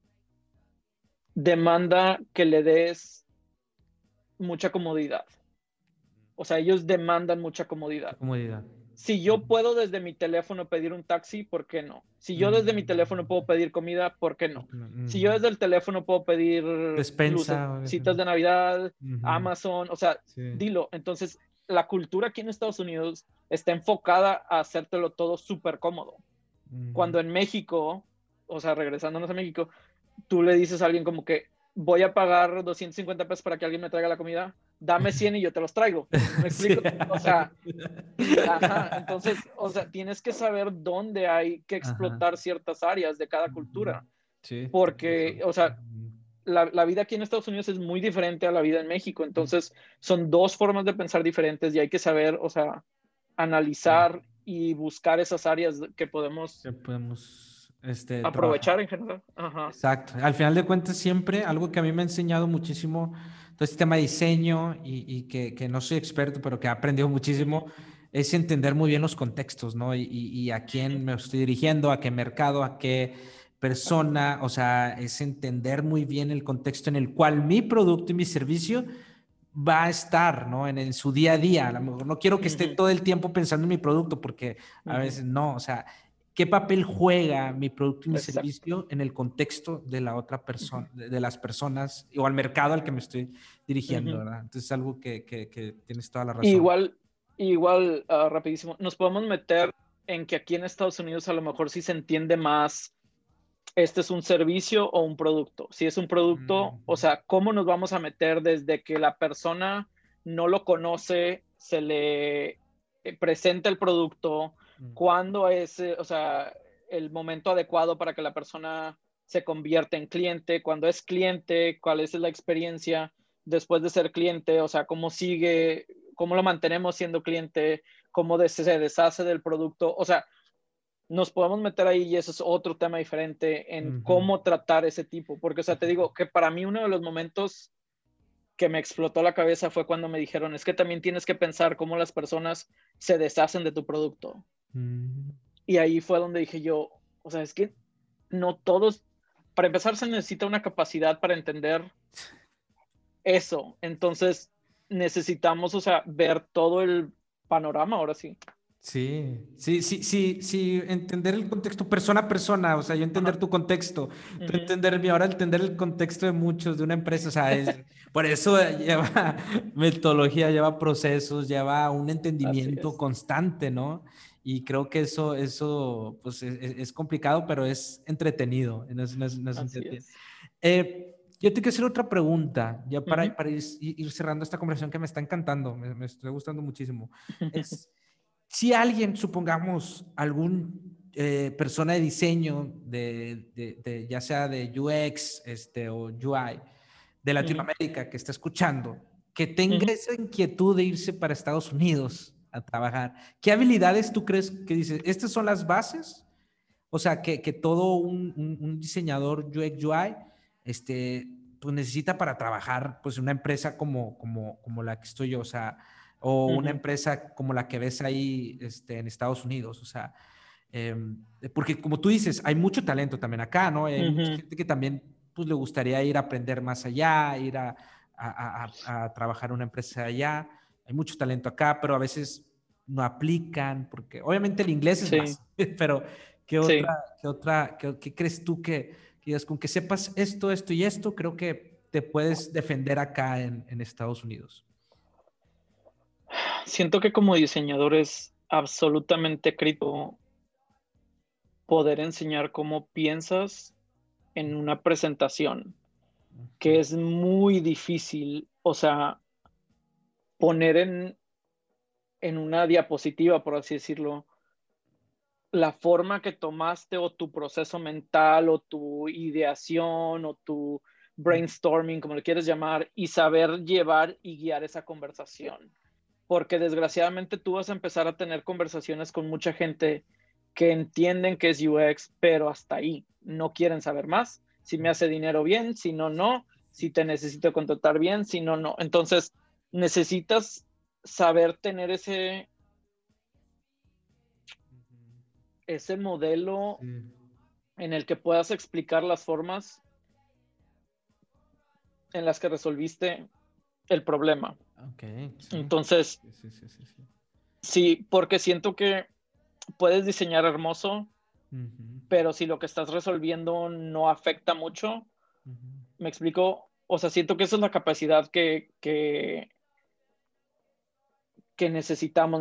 Demanda que le des mucha comodidad. O sea, ellos demandan mucha Qué comodidad. comodidad. Si yo puedo desde mi teléfono pedir un taxi, ¿por qué no? Si yo desde mi teléfono Mm, puedo pedir comida, ¿por qué no? porque no, Si yo desde el teléfono puedo pedir despensa. lucecitas de Navidad, Ujú. Amazon, o sea, Sí. dilo. Entonces, la cultura aquí en Estados Unidos está enfocada a hacértelo todo súper cómodo. Ujú. Cuando en México, o sea, regresándonos a México, tú le dices a alguien como que voy a pagar 250 pesos para que alguien me traiga la comida, dame 100 y yo te los traigo. ¿Me Sí. explico? O sea, ajá, entonces, o sea, tienes que saber dónde hay que Ajá. explotar ciertas áreas de cada Ujú. cultura, Sí, tienes porque, razón. o sea, Ujú. la vida aquí en Estados Unidos es muy diferente a la vida en México, entonces son dos formas de pensar diferentes y hay que saber, o sea, Sí. analizar y buscar esas áreas que podemos Que podemos trabajar. aprovechar en general. Ajá. Exacto. Al final de cuentas, siempre algo que a mí me ha enseñado muchísimo todo este tema de diseño y que no soy experto, pero que he aprendido muchísimo, es entender muy bien los contextos, ¿no? Y a quién me estoy dirigiendo, a qué mercado, a qué persona, o sea, es entender muy bien el contexto en el cual mi producto y mi servicio va a estar, ¿no? En su día a día. A lo mejor no quiero que esté Ujú, todo el tiempo pensando en mi producto, porque a ujú, veces no, o sea, ¿qué papel juega mi producto y mi exacto. servicio en el contexto de la otra Ujú, persona, de las personas o al mercado al que me estoy dirigiendo, ujú. ¿verdad? Entonces es algo que tienes toda la razón. Igual, igual, rapidísimo, nos podemos meter en que aquí en Estados Unidos a lo mejor sí se entiende más, este es un servicio o un producto. Si es un producto, o Mm, sea, ¿cómo nos vamos a meter desde que la persona no lo conoce, se le presenta el producto, mm, cuándo es, o sea, el momento adecuado para que la persona se convierta en cliente, cuando es cliente, cuál es la experiencia después de ser cliente, o sea, cómo sigue, cómo lo mantenemos siendo cliente, cómo se deshace del producto, o sea, nos podemos meter ahí y eso es otro tema diferente en ujú. cómo tratar ese tipo, porque, o sea, te digo que para mí uno de los momentos que me explotó la cabeza fue cuando me dijeron, es que también tienes que pensar cómo las personas se deshacen de tu producto. Mm. Y ahí fue donde dije yo, o sea, es que no todos, para empezar se necesita una capacidad para entender eso. Entonces necesitamos, o sea, ver todo el panorama ahora sí. Sí, sí, sí, sí, sí, entender el contexto persona a persona, o sea, yo entender Ajá. tu contexto, tú Ujú. entenderme, ahora entender el contexto de muchos, de una empresa, o sea, por eso lleva metodología, lleva procesos, lleva un Así entendimiento es, constante, ¿no? Y creo que eso, pues es complicado, pero es entretenido, no es así entretenido. es. Yo te quiero hacer otra pregunta, ya Ujú. para ir cerrando esta conversación que me está encantando, me está gustando muchísimo. Es, si alguien, supongamos, algún persona de diseño, ya sea de UX o UI, de Ujú. Latinoamérica que está escuchando, que tenga Ujú. esa inquietud de irse para Estados Unidos a trabajar, ¿qué habilidades tú crees que dices? ¿Estas son las bases? O sea, que todo un diseñador UX UI, este, pues necesita para trabajar, pues una empresa como la que estoy yo, o sea, o una Ujú. empresa como la que ves ahí, en Estados Unidos, o sea, porque como tú dices, hay mucho talento también acá, ¿no? Hay mucha Ujú. gente que también, pues le gustaría ir a aprender más allá, ir a trabajar en una empresa allá. Hay mucho talento acá, pero a veces no aplican, porque obviamente el inglés es Sí, básico, pero ¿qué otra, sí. qué crees tú que digas, con que sepas esto y esto, creo que te puedes defender acá en Estados Unidos? Siento que como diseñador es absolutamente crítico poder enseñar cómo piensas en una presentación, que es muy difícil, o sea, poner en una diapositiva, por así decirlo, la forma que tomaste o tu proceso mental o tu ideación o tu brainstorming, como le quieres llamar, y saber llevar y guiar esa conversación. Porque desgraciadamente tú vas a empezar a tener conversaciones con mucha gente que entienden que es UX, pero hasta ahí no quieren saber más. Si me hace dinero bien, si no, no. Si te necesito contratar bien, si no, no. Entonces, necesitas saber tener ese modelo Sí. en el que puedas explicar las formas en las que resolviste el problema. Ok, sí. Entonces, Sí, sí, sí, sí, sí. sí, porque siento que puedes diseñar hermoso, Ujú, pero si lo que estás resolviendo no afecta mucho, ujú. ¿me explico? O sea, siento que esa es la capacidad que necesitamos.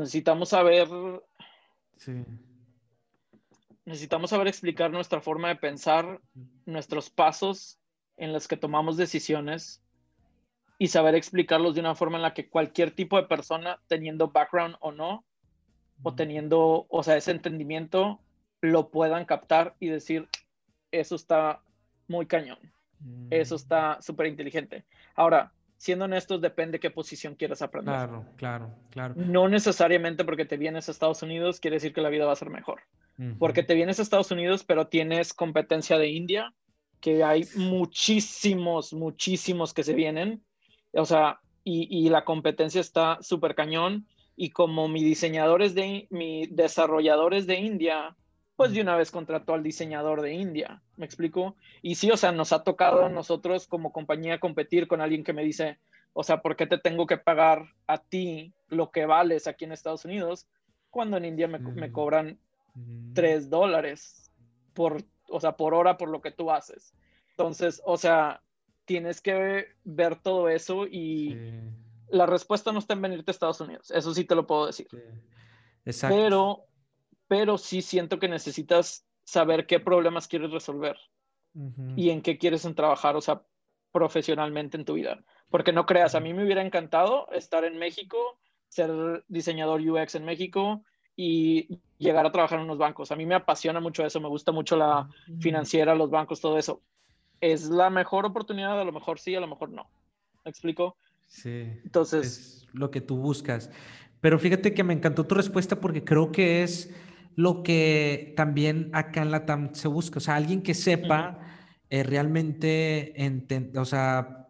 Sí. Necesitamos saber explicar nuestra forma de pensar, nuestros pasos en los que tomamos decisiones y saber explicarlos de una forma en la que cualquier tipo de persona, teniendo background o no, o teniendo, o sea, ese entendimiento, lo puedan captar y decir, eso está muy cañón, eso Mm, está súper inteligente. Ahora, siendo honestos, depende qué posición quieras aprender. claro, claro, claro. No necesariamente porque te vienes a Estados Unidos quiere decir que la vida va a ser mejor. Ujú. Porque te vienes a Estados Unidos, pero tienes competencia de India, que hay muchísimos, muchísimos que se vienen. O sea, y la competencia está súper cañón. Y como mi desarrollador es de India, pues de una vez contrató al diseñador de India. ¿Me explico? Y sí, o sea, nos ha tocado a nosotros como compañía competir con alguien que me dice, o sea, ¿por qué te tengo que pagar a ti lo que vales aquí en Estados Unidos cuando en India me Sí. cobran Mm, $3 o sea, por hora por lo que tú haces? Entonces, o sea, tienes que ver todo eso sí, y la respuesta no está en venirte a Estados Unidos, eso sí te lo puedo decir, sí. Exacto. pero, pero sí siento que necesitas saber qué problemas quieres resolver Ujú. y en qué quieres trabajar, o sea, profesionalmente en tu vida. Porque no creas, a mí me hubiera encantado estar en México, ser diseñador UX en México y llegar a trabajar en unos bancos. A mí me apasiona mucho eso, me gusta mucho la Mm, financiera, los bancos, todo eso. ¿Es la mejor oportunidad? A lo mejor sí, a lo mejor no. ¿Me explico? sí, Entonces, es lo que tú buscas. Pero fíjate que me encantó tu respuesta porque creo que es lo que también acá en la TAM se busca. O sea, alguien que uh -huh, sepa realmente, o sea,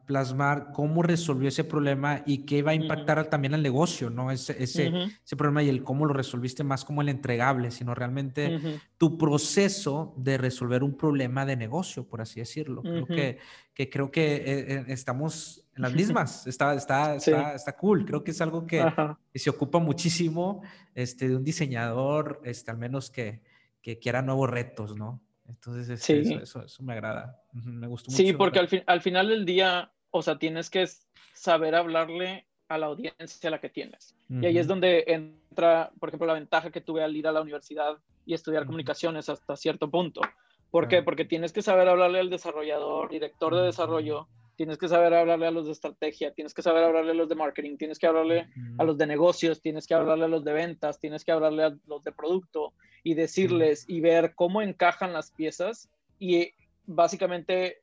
plasmar cómo resolvió ese problema y qué va a impactar también al negocio, ¿no? Ese problema y el cómo lo resolviste más como el entregable, sino realmente tu proceso de resolver un problema de negocio, por así decirlo. Creo que estamos en las mismas. Está cool. Creo que es algo que se ocupa muchísimo de un diseñador, al menos que quiera nuevos retos, ¿no? Entonces, eso me agrada. Me gustó mucho. Sí, porque al final del día, o sea, tienes que saber hablarle a la audiencia a la que tienes. Y ahí es donde entra, por ejemplo, la ventaja que tuve al ir a la universidad y estudiar comunicaciones hasta cierto punto. ¿Por qué? Porque tienes que saber hablarle al desarrollador, director de desarrollo, tienes que saber hablarle a los de estrategia, tienes que saber hablarle a los de marketing, tienes que hablarle a los de negocios, tienes que hablarle a los de ventas, tienes que hablarle a los de producto y decirles y ver cómo encajan las piezas y básicamente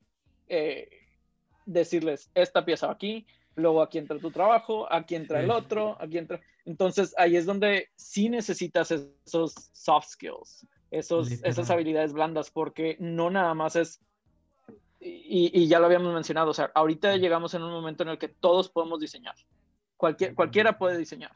decirles, esta pieza va aquí, luego aquí entra tu trabajo, aquí entra el otro, aquí entra... Entonces ahí es donde sí necesitas esos soft skills, esas habilidades blandas, porque no nada más es, y ya lo habíamos mencionado, o sea, ahorita llegamos en un momento en el que todos podemos diseñar, cualquiera puede diseñar.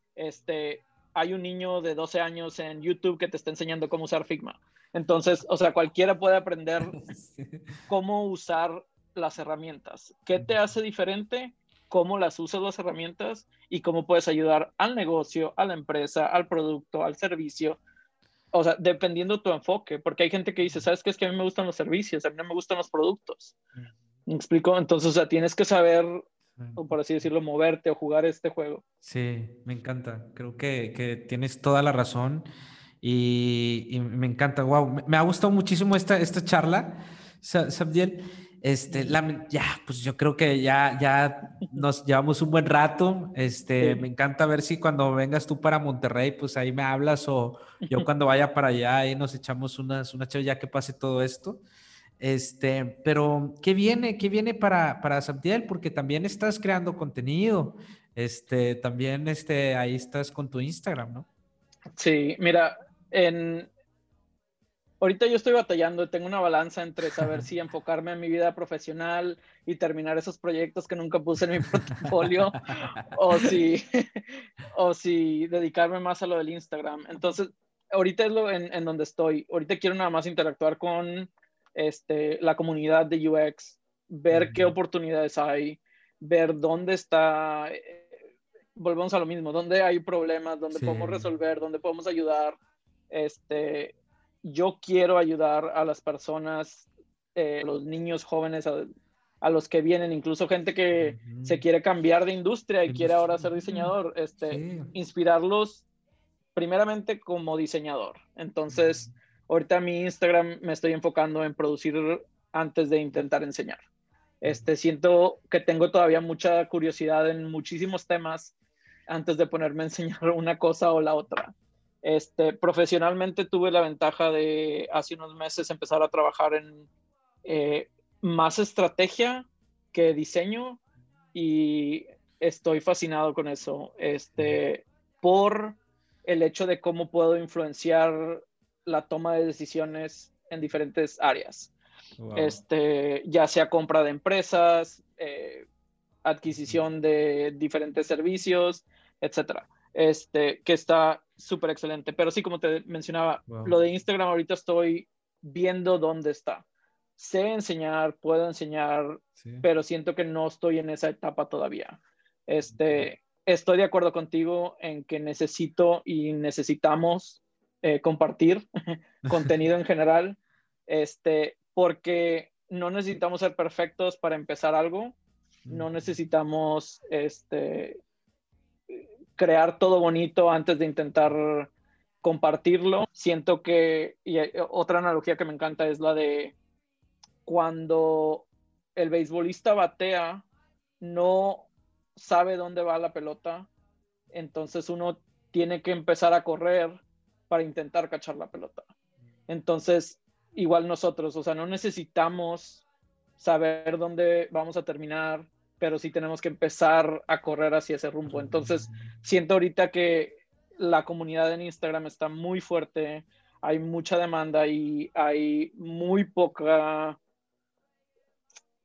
Hay un niño de 12 años en YouTube que te está enseñando cómo usar Figma. Entonces, o sea, cualquiera puede aprender cómo usar las herramientas. ¿Qué te hace diferente? ¿Cómo las usas las herramientas? Y cómo puedes ayudar al negocio, a la empresa, al producto, al servicio. O sea, dependiendo tu enfoque, porque hay gente que dice, ¿sabes qué? Es que a mí me gustan los servicios, a mí no me gustan los productos. ¿Me explico? Entonces, o sea, tienes que saber, o por así decirlo, moverte o jugar este juego. Sí, me encanta. Creo que tienes toda la razón y me encanta. Wow, me ha gustado muchísimo esta charla, Sabdiel. Ya, pues yo creo que ya nos llevamos un buen rato. Me encanta ver si cuando vengas tú para Monterrey, pues ahí me hablas o yo cuando vaya para allá, ahí nos echamos una chévere ya que pase todo esto. Pero ¿qué viene para Sabdiel? Porque también estás creando contenido. También ahí estás con tu Instagram, ¿no? Sí, mira, ahorita yo estoy batallando, tengo una balanza entre saber si enfocarme en mi vida profesional y terminar esos proyectos que nunca puse en mi portafolio o si, o si dedicarme más a lo del Instagram. Entonces, ahorita es en donde estoy. Ahorita quiero nada más interactuar con la comunidad de UX, ver qué oportunidades hay, ver dónde está, volvemos a lo mismo, dónde hay problemas, dónde podemos resolver, dónde podemos ayudar. Yo quiero ayudar a las personas, a los niños jóvenes, a los que vienen, incluso gente que se quiere cambiar de industria y quiere ahora ser diseñador, inspirarlos primeramente como diseñador. Entonces, ahorita mi Instagram me estoy enfocando en producir antes de intentar enseñar. Siento que tengo todavía mucha curiosidad en muchísimos temas antes de ponerme a enseñar una cosa o la otra. Profesionalmente tuve la ventaja de hace unos meses empezar a trabajar en más estrategia que diseño y estoy fascinado con eso, por el hecho de cómo puedo influenciar la toma de decisiones en diferentes áreas. Wow. Ya sea compra de empresas, adquisición de diferentes servicios, etcétera. Que está súper excelente. Pero sí, como te mencionaba, lo de Instagram ahorita estoy viendo dónde está. Sé enseñar, puedo enseñar, pero siento que no estoy en esa etapa todavía. Estoy de acuerdo contigo en que necesito y necesitamos compartir contenido en general, porque no necesitamos ser perfectos para empezar algo, no necesitamos crear todo bonito antes de intentar compartirlo. Siento que, y otra analogía que me encanta es la de cuando el beisbolista batea, no sabe dónde va la pelota, entonces uno tiene que empezar a correr para intentar cachar la pelota. Entonces, igual nosotros, o sea, no necesitamos saber dónde vamos a terminar, pero sí tenemos que empezar a correr hacia ese rumbo. Entonces, siento ahorita que la comunidad en Instagram está muy fuerte, hay mucha demanda y hay muy poca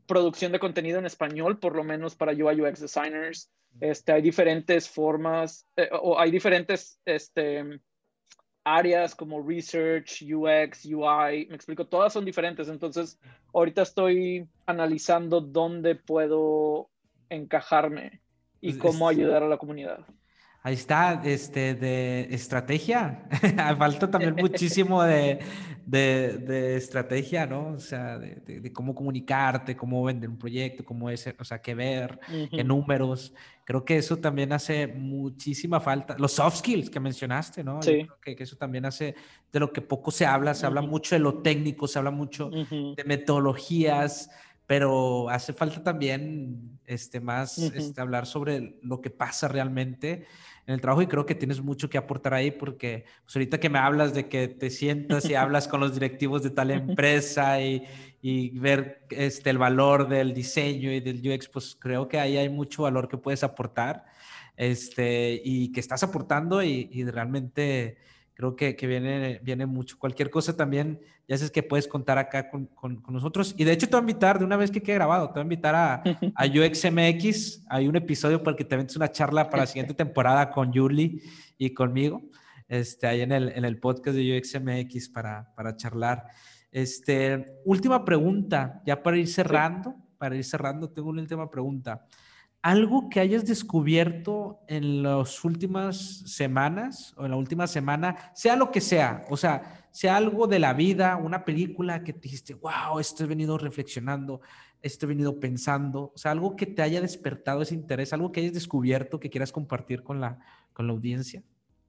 producción de contenido en español, por lo menos para UI UX designers. Hay diferentes formas, o hay diferentes áreas como research, UX, UI, me explico, todas son diferentes. Entonces, ahorita estoy analizando dónde puedo encajarme y cómo ayudar a la comunidad. Ahí está, de estrategia. Falta también muchísimo de estrategia, ¿no? O sea, de cómo comunicarte, cómo vender un proyecto, cómo es, o sea, qué ver, qué números. Creo que eso también hace muchísima falta. Los soft skills que mencionaste, ¿no? Yo Sí. creo que eso también hace de lo que poco se habla mucho de lo técnico, se habla mucho de metodologías, pero hace falta también más hablar sobre lo que pasa realmente en el trabajo, y creo que tienes mucho que aportar ahí, porque pues ahorita que me hablas de que te sientas y hablas con los directivos de tal empresa y ver el valor del diseño y del UX, pues creo que ahí hay mucho valor que puedes aportar, y que estás aportando, y realmente creo que viene mucho. Cualquier cosa también, ya sabes que puedes contar acá con nosotros. Y de hecho te voy a invitar, de una vez que quede grabado, te voy a invitar a UXMX. Hay un episodio para que te metas una charla para la siguiente temporada con Yuli y conmigo, ahí en el podcast de UXMX para charlar. Última pregunta, ya para ir cerrando, tengo una última pregunta. Algo que hayas descubierto en las últimas semanas o en la última semana, sea lo que sea, o sea algo de la vida, una película que te dijiste, wow, esto he venido reflexionando, esto he venido pensando, o sea, algo que te haya despertado ese interés, algo que hayas descubierto que quieras compartir con la audiencia.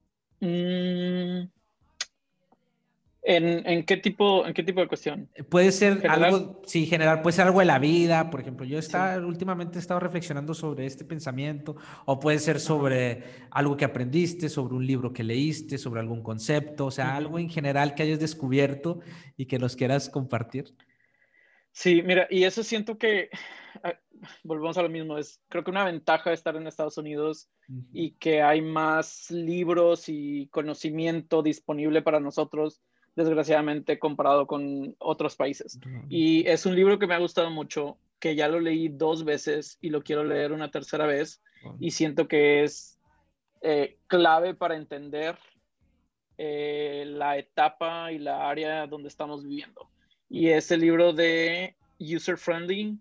¿En qué tipo de cuestión? Puede ser ¿General? algo, sí, general, puede ser algo de la vida, por ejemplo, Sí. últimamente he estado reflexionando sobre este pensamiento, o puede ser sobre algo que aprendiste, sobre un libro que leíste, sobre algún concepto, o sea, algo en general que hayas descubierto y que nos quieras compartir. Sí, mira, y eso siento que, ah, volvemos a lo mismo, creo que una ventaja de estar en Estados Unidos y que hay más libros y conocimiento disponible para nosotros, desgraciadamente, comparado con otros países. Y es un libro que me ha gustado mucho, que ya lo leí 2 veces y lo quiero leer una tercera vez, y siento que es clave para entender la etapa y la área donde estamos viviendo. Y es el libro de User Friendly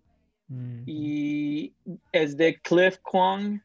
y es de Cliff Kwong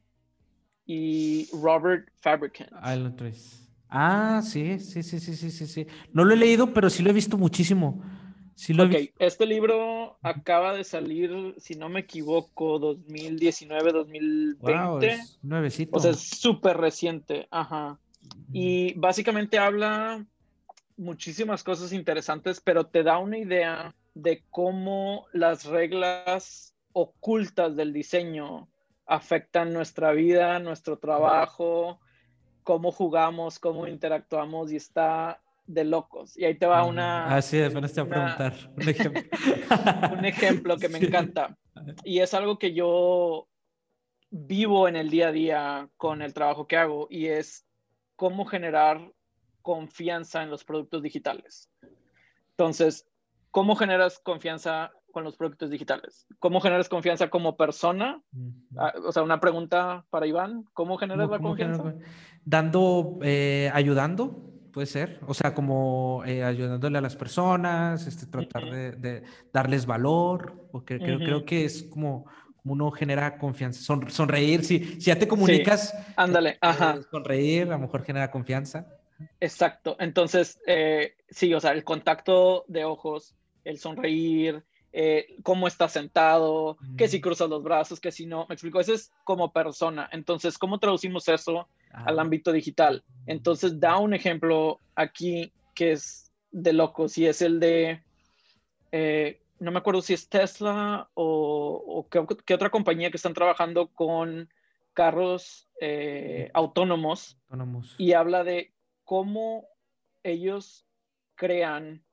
y Robert Fabricant. Island Trace. Ah, sí, sí, sí, sí, sí, sí, sí. No lo he leído, pero sí lo he visto muchísimo. Sí lo he Ok, visto. este libro acaba de salir, si no me equivoco, 2019, Wow, 2020. es O sea, nuevecito. es súper reciente. Ajá. Y básicamente habla muchísimas cosas interesantes, pero te da una idea de cómo las reglas ocultas del diseño afectan nuestra vida, nuestro trabajo, cómo jugamos, cómo interactuamos, y está de locos. Y ahí te va Sí, apenas te voy a preguntar un ejemplo. un ejemplo que me Sí. encanta. Y es algo que yo vivo en el día a día con el trabajo que hago, y es cómo generar confianza en los productos digitales. Entonces, ¿cómo generas confianza con los productos digitales? ¿Cómo generas confianza como persona? O sea, una pregunta para Iván, ¿cómo generas la ¿Cómo confianza? genero? Dando, ayudando, puede ser. O sea, como ayudándole a las personas, tratar Ujú, de darles valor, porque creo ujú. que es como uno genera confianza. Sonreír, si ya te Sí, comunicas, ándale, ajá, sonreír, a lo mejor genera confianza. exacto. Entonces, sí, o sea, el contacto de ojos, el sonreír, cómo estás sentado, que si cruzas los brazos, que si no, me explico, eso es como persona. Entonces, ¿cómo traducimos eso al Ah, ámbito digital? Entonces, da un ejemplo aquí que es de locos, y es el de, no me acuerdo si es Tesla o qué otra compañía que están trabajando con carros autónomos, autónomos. y habla de cómo ellos crean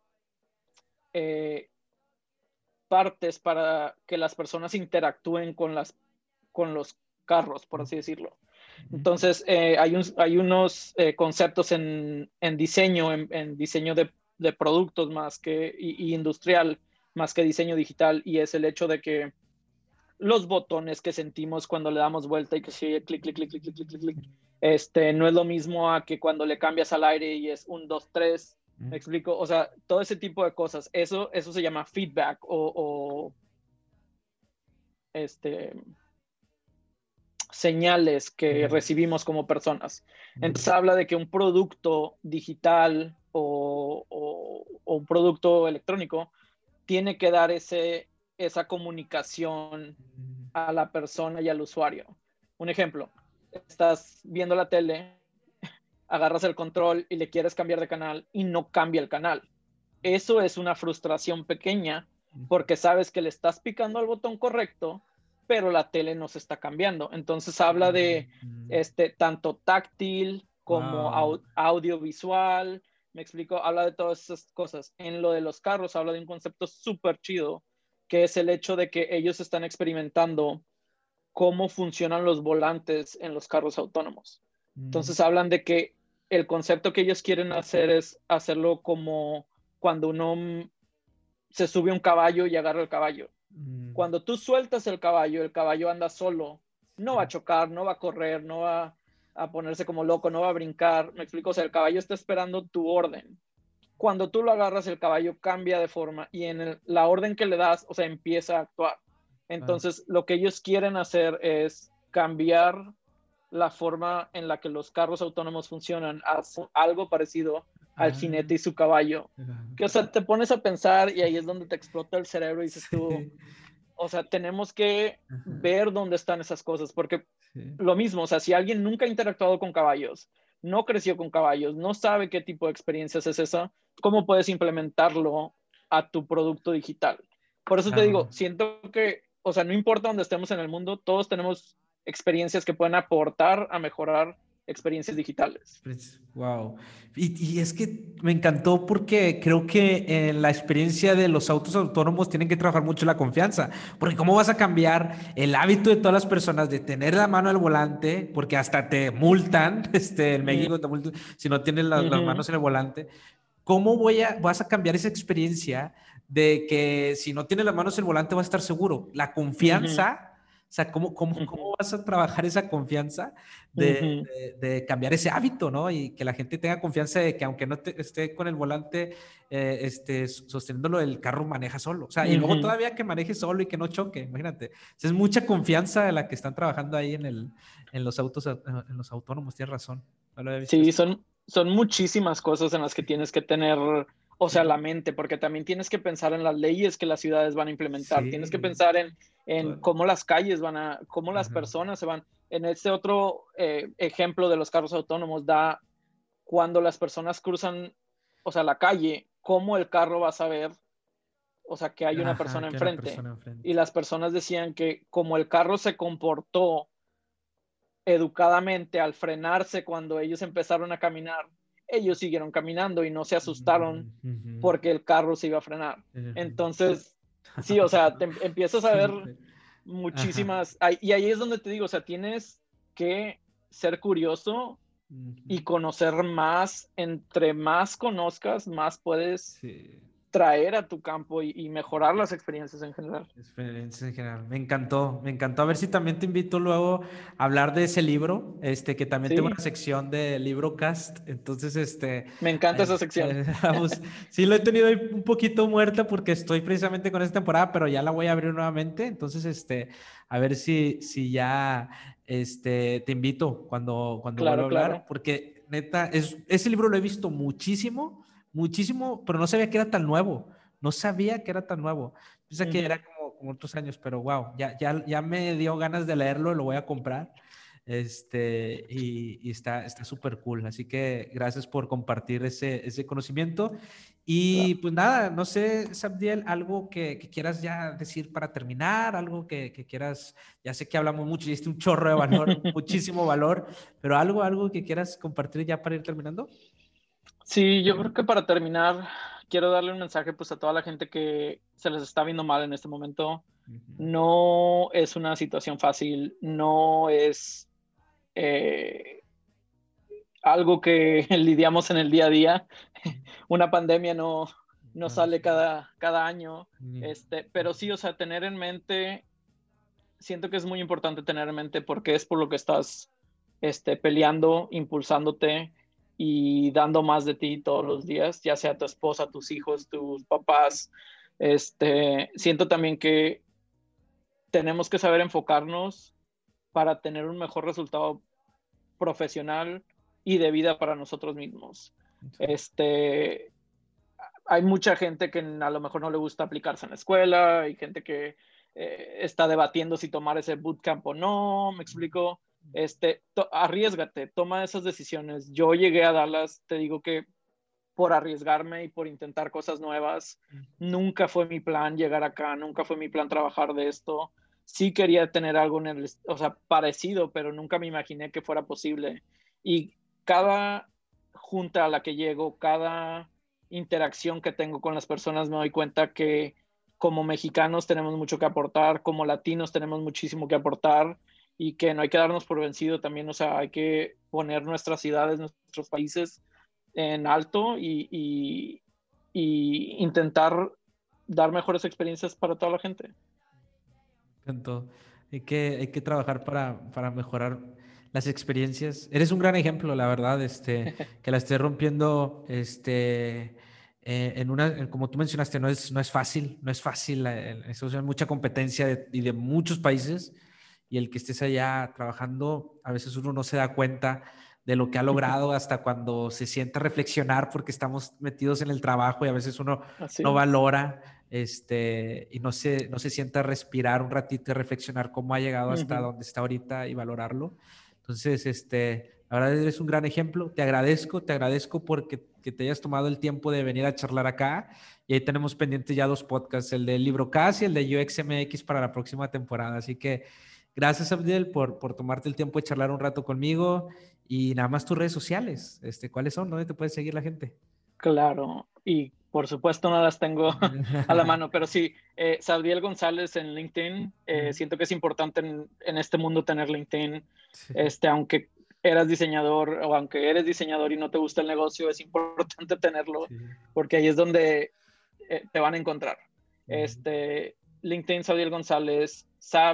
eh, partes para que las personas interactúen con los carros, por así decirlo. Entonces, hay unos conceptos en diseño, en diseño de productos más que y industrial, más que diseño digital, y es el hecho de que los botones que sentimos cuando le damos vuelta y que sigue clic, clic, clic, clic, clic, clic, clic, clic, no es lo mismo a que cuando le cambias al aire y es 1, 2, 3. ¿Me explico? O sea, todo ese tipo de cosas. Eso se llama feedback o señales que recibimos como personas. Entonces habla de que un producto digital o un producto electrónico tiene que dar esa comunicación a la persona y al usuario. Un ejemplo, estás viendo la tele, agarras el control y le quieres cambiar de canal y no cambia el canal. Eso es una frustración pequeña porque sabes que le estás picando al botón correcto, pero la tele no se está cambiando. Entonces habla de tanto táctil como audiovisual. Me explico, habla de todas esas cosas. En lo de los carros habla de un concepto súper chido, que es el hecho de que ellos están experimentando cómo funcionan los volantes en los carros autónomos. Entonces hablan de que el concepto que ellos quieren hacer es hacerlo como cuando uno se sube a un caballo y agarra el caballo. Cuando tú sueltas el caballo anda solo, no va a chocar, no va a correr, no va a ponerse como loco, no va a brincar. Me explico, o sea, el caballo está esperando tu orden. Cuando tú lo agarras, el caballo cambia de forma y en la orden que le das, o sea, empieza a actuar. Entonces, lo que ellos quieren hacer es cambiar la forma en la que los carros autónomos funcionan a algo parecido al jinete y su caballo. Que, o sea, te pones a pensar y ahí es donde te explota el cerebro y dices tú, o sea, tenemos que ver dónde están esas cosas, porque lo mismo, o sea, si alguien nunca ha interactuado con caballos, no creció con caballos, no sabe qué tipo de experiencias es esa, ¿cómo puedes implementarlo a tu producto digital? Por eso te digo, siento que, o sea, no importa dónde estemos en el mundo, todos tenemos experiencias que pueden aportar a mejorar experiencias digitales. Wow. Y es que me encantó porque creo que en la experiencia de los autos autónomos tienen que trabajar mucho la confianza, porque cómo vas a cambiar el hábito de todas las personas de tener la mano al volante, porque hasta te multan, en México te multan si no tienes las manos en el volante. ¿Cómo vas a cambiar esa experiencia de que si no tienes las manos en el volante vas a estar seguro? La confianza, o sea, ¿cómo vas a trabajar esa confianza de cambiar ese hábito, ¿no? Y que la gente tenga confianza de que aunque no esté con el volante sosteniéndolo, el carro maneja solo. O sea, y luego todavía que maneje solo y que no choque, imagínate. O sea, es mucha confianza de la que están trabajando ahí en los autos, en los autónomos, tienes razón. No lo había visto Sí, así. son muchísimas cosas en las que tienes que tener, o sea, la mente, porque también tienes que pensar en las leyes que las ciudades van a implementar, tienes que Sí. pensar en Todo. cómo las calles cómo las Ajá. personas se van. En este otro ejemplo de los carros autónomos da cuando las personas cruzan, o sea, la calle, cómo el carro va a saber, o sea, que hay una Ajá, persona que una enfrente. persona Y enfrente. las personas decían que como el carro se comportó educadamente al frenarse cuando ellos empezaron a caminar, ellos siguieron caminando y no se asustaron Ujú. porque el carro se iba a frenar. Ujú. Entonces, sí, o sea, te empiezas a ver Súper. Ajá. muchísimas, y ahí es donde te digo, o sea, tienes que ser curioso Ujú. y conocer más. Entre más conozcas, más puedes Sí. traer a tu campo y mejorar las experiencias en general. Experiencias en general. Me encantó, me encantó. A ver si también te invito luego a hablar de ese libro, que también tengo una Sí, sección de Librocast. Entonces, me encanta esa ahí- sección. vamos. Sí lo he tenido ahí un poquito muerta porque estoy precisamente con esta temporada, pero ya la voy a abrir nuevamente. Entonces, a ver si ya, te invito cuando vuelva Claro, a claro. hablar, porque neta, ese libro lo he visto muchísimo, muchísimo, pero no sabía que era tan nuevo. No sabía que era tan nuevo. Piensa que era Ujú. como otros años, pero wow, ya me dio ganas de leerlo, lo voy a comprar. Y está súper cool. Así que gracias por compartir ese conocimiento. Y Claro. pues nada, no sé, Sabdiel, algo que quieras ya decir para terminar, algo que quieras, ya sé que hablamos mucho y este un chorro de valor, muchísimo valor, pero algo que quieras compartir ya para ir terminando. Sí, yo creo que para terminar, quiero darle un mensaje pues a toda la gente que se les está viendo mal en este momento. Ujú. No es una situación fácil, no es eh, algo que lidiamos en el día a día. Una pandemia no sale sí. cada año, Ni- pero sí, o sea, tener en mente, siento que es muy importante tener en mente porque es por lo que estás peleando, impulsándote y dando más de ti todos los días, ya sea tu esposa, tus hijos, tus papás. Siento también que tenemos que saber enfocarnos para tener un mejor resultado profesional y de vida para nosotros mismos. Hay mucha gente que a lo mejor no le gusta aplicarse en la escuela, hay gente que está debatiendo si tomar ese bootcamp o no, me explico. Arriesgate, toma esas decisiones. Yo llegué a Dallas, te digo que por arriesgarme y por intentar cosas nuevas, nunca fue mi plan llegar acá, nunca fue mi plan trabajar de esto. Sí quería tener algo o sea, parecido, pero nunca me imaginé que fuera posible. Y cada junta a la que llego, cada interacción que tengo con las personas, me doy cuenta que como mexicanos tenemos mucho que aportar, como latinos tenemos muchísimo que aportar y que no hay que darnos por vencido también, o sea, hay que poner nuestras ciudades, nuestros países en alto y intentar dar mejores experiencias para toda la gente. Encantó. Hay que trabajar para mejorar las experiencias. Eres un gran ejemplo, la verdad, que la estés rompiendo, como tú mencionaste, no es fácil, no es fácil, hay mucha competencia y de muchos países, y el que estés allá trabajando, a veces uno no se da cuenta de lo que ha logrado hasta cuando se sienta a reflexionar porque estamos metidos en el trabajo y a veces uno Así no es. valora y no se sienta a respirar un ratito y reflexionar cómo ha llegado hasta Ujú. donde está ahorita y valorarlo. Entonces, la verdad eres un gran ejemplo. Te agradezco porque que te hayas tomado el tiempo de venir a charlar acá. Y ahí tenemos pendientes ya 2 podcasts, el del Librocast y el de UXMX para la próxima temporada. Así que gracias, Abdiel, por tomarte el tiempo de charlar un rato conmigo. Y nada más tus redes sociales, ¿cuáles son? ¿Dónde te puede seguir la gente? Claro, y por supuesto no las tengo a la mano, pero sí, Sabdiel González en LinkedIn, siento que es importante en este mundo tener LinkedIn, Sí, aunque eras diseñador o aunque eres diseñador y no te gusta el negocio, es importante tenerlo sí. porque ahí es donde te van a encontrar. Ujú, LinkedIn Sabdiel González,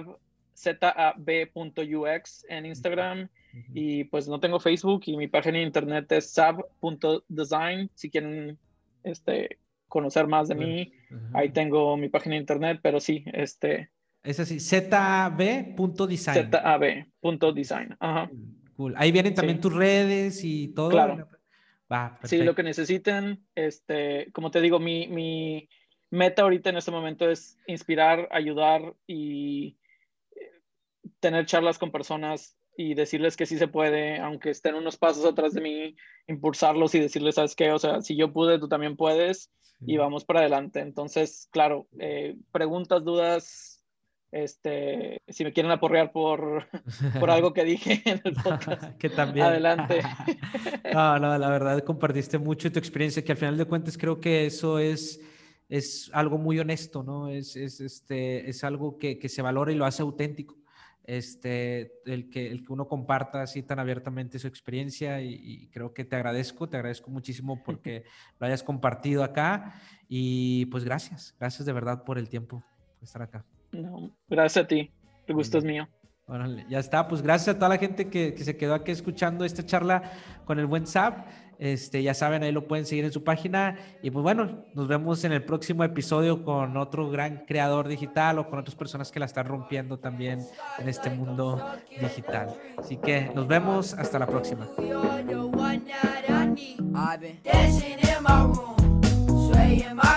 zab.ux en Instagram. ujú. Y pues no tengo Facebook y mi página de internet es sab.design. Si quieren conocer más de Bueno, mí, ahí ajá. tengo mi página de internet, pero sí, Es así, zb.design. zab.design. Ajá, Cool. Ahí vienen también sí, tus redes y todo. claro. Va, Sí, lo perfecto. que necesiten, como te digo, mi meta ahorita en este momento es inspirar, ayudar y tener charlas con personas y decirles que sí se puede, aunque estén unos pasos atrás de mí, impulsarlos y decirles, ¿sabes qué? O sea, si yo pude, tú también puedes y Sí. vamos para adelante. Entonces, claro, preguntas, dudas, si me quieren aporrear por algo que dije en el podcast, Que también. adelante. No, no, la verdad compartiste mucho tu experiencia, que al final de cuentas creo que eso es algo muy honesto, ¿no? Es algo que se valora y lo hace auténtico. El que uno comparta así tan abiertamente su experiencia y creo que te agradezco muchísimo porque lo hayas compartido acá y pues gracias de verdad por el tiempo, por estar acá. No, gracias a ti, el gusto es Vale. mío. Órale, ya está, pues gracias a toda la gente que se quedó aquí escuchando esta charla con el buen Zap. Ya saben, ahí lo pueden seguir en su página. Y pues bueno, nos vemos en el próximo episodio con otro gran creador digital o con otras personas que la están rompiendo también en este mundo digital. Así que nos vemos, hasta la próxima. I've been dancing in my room, swaying my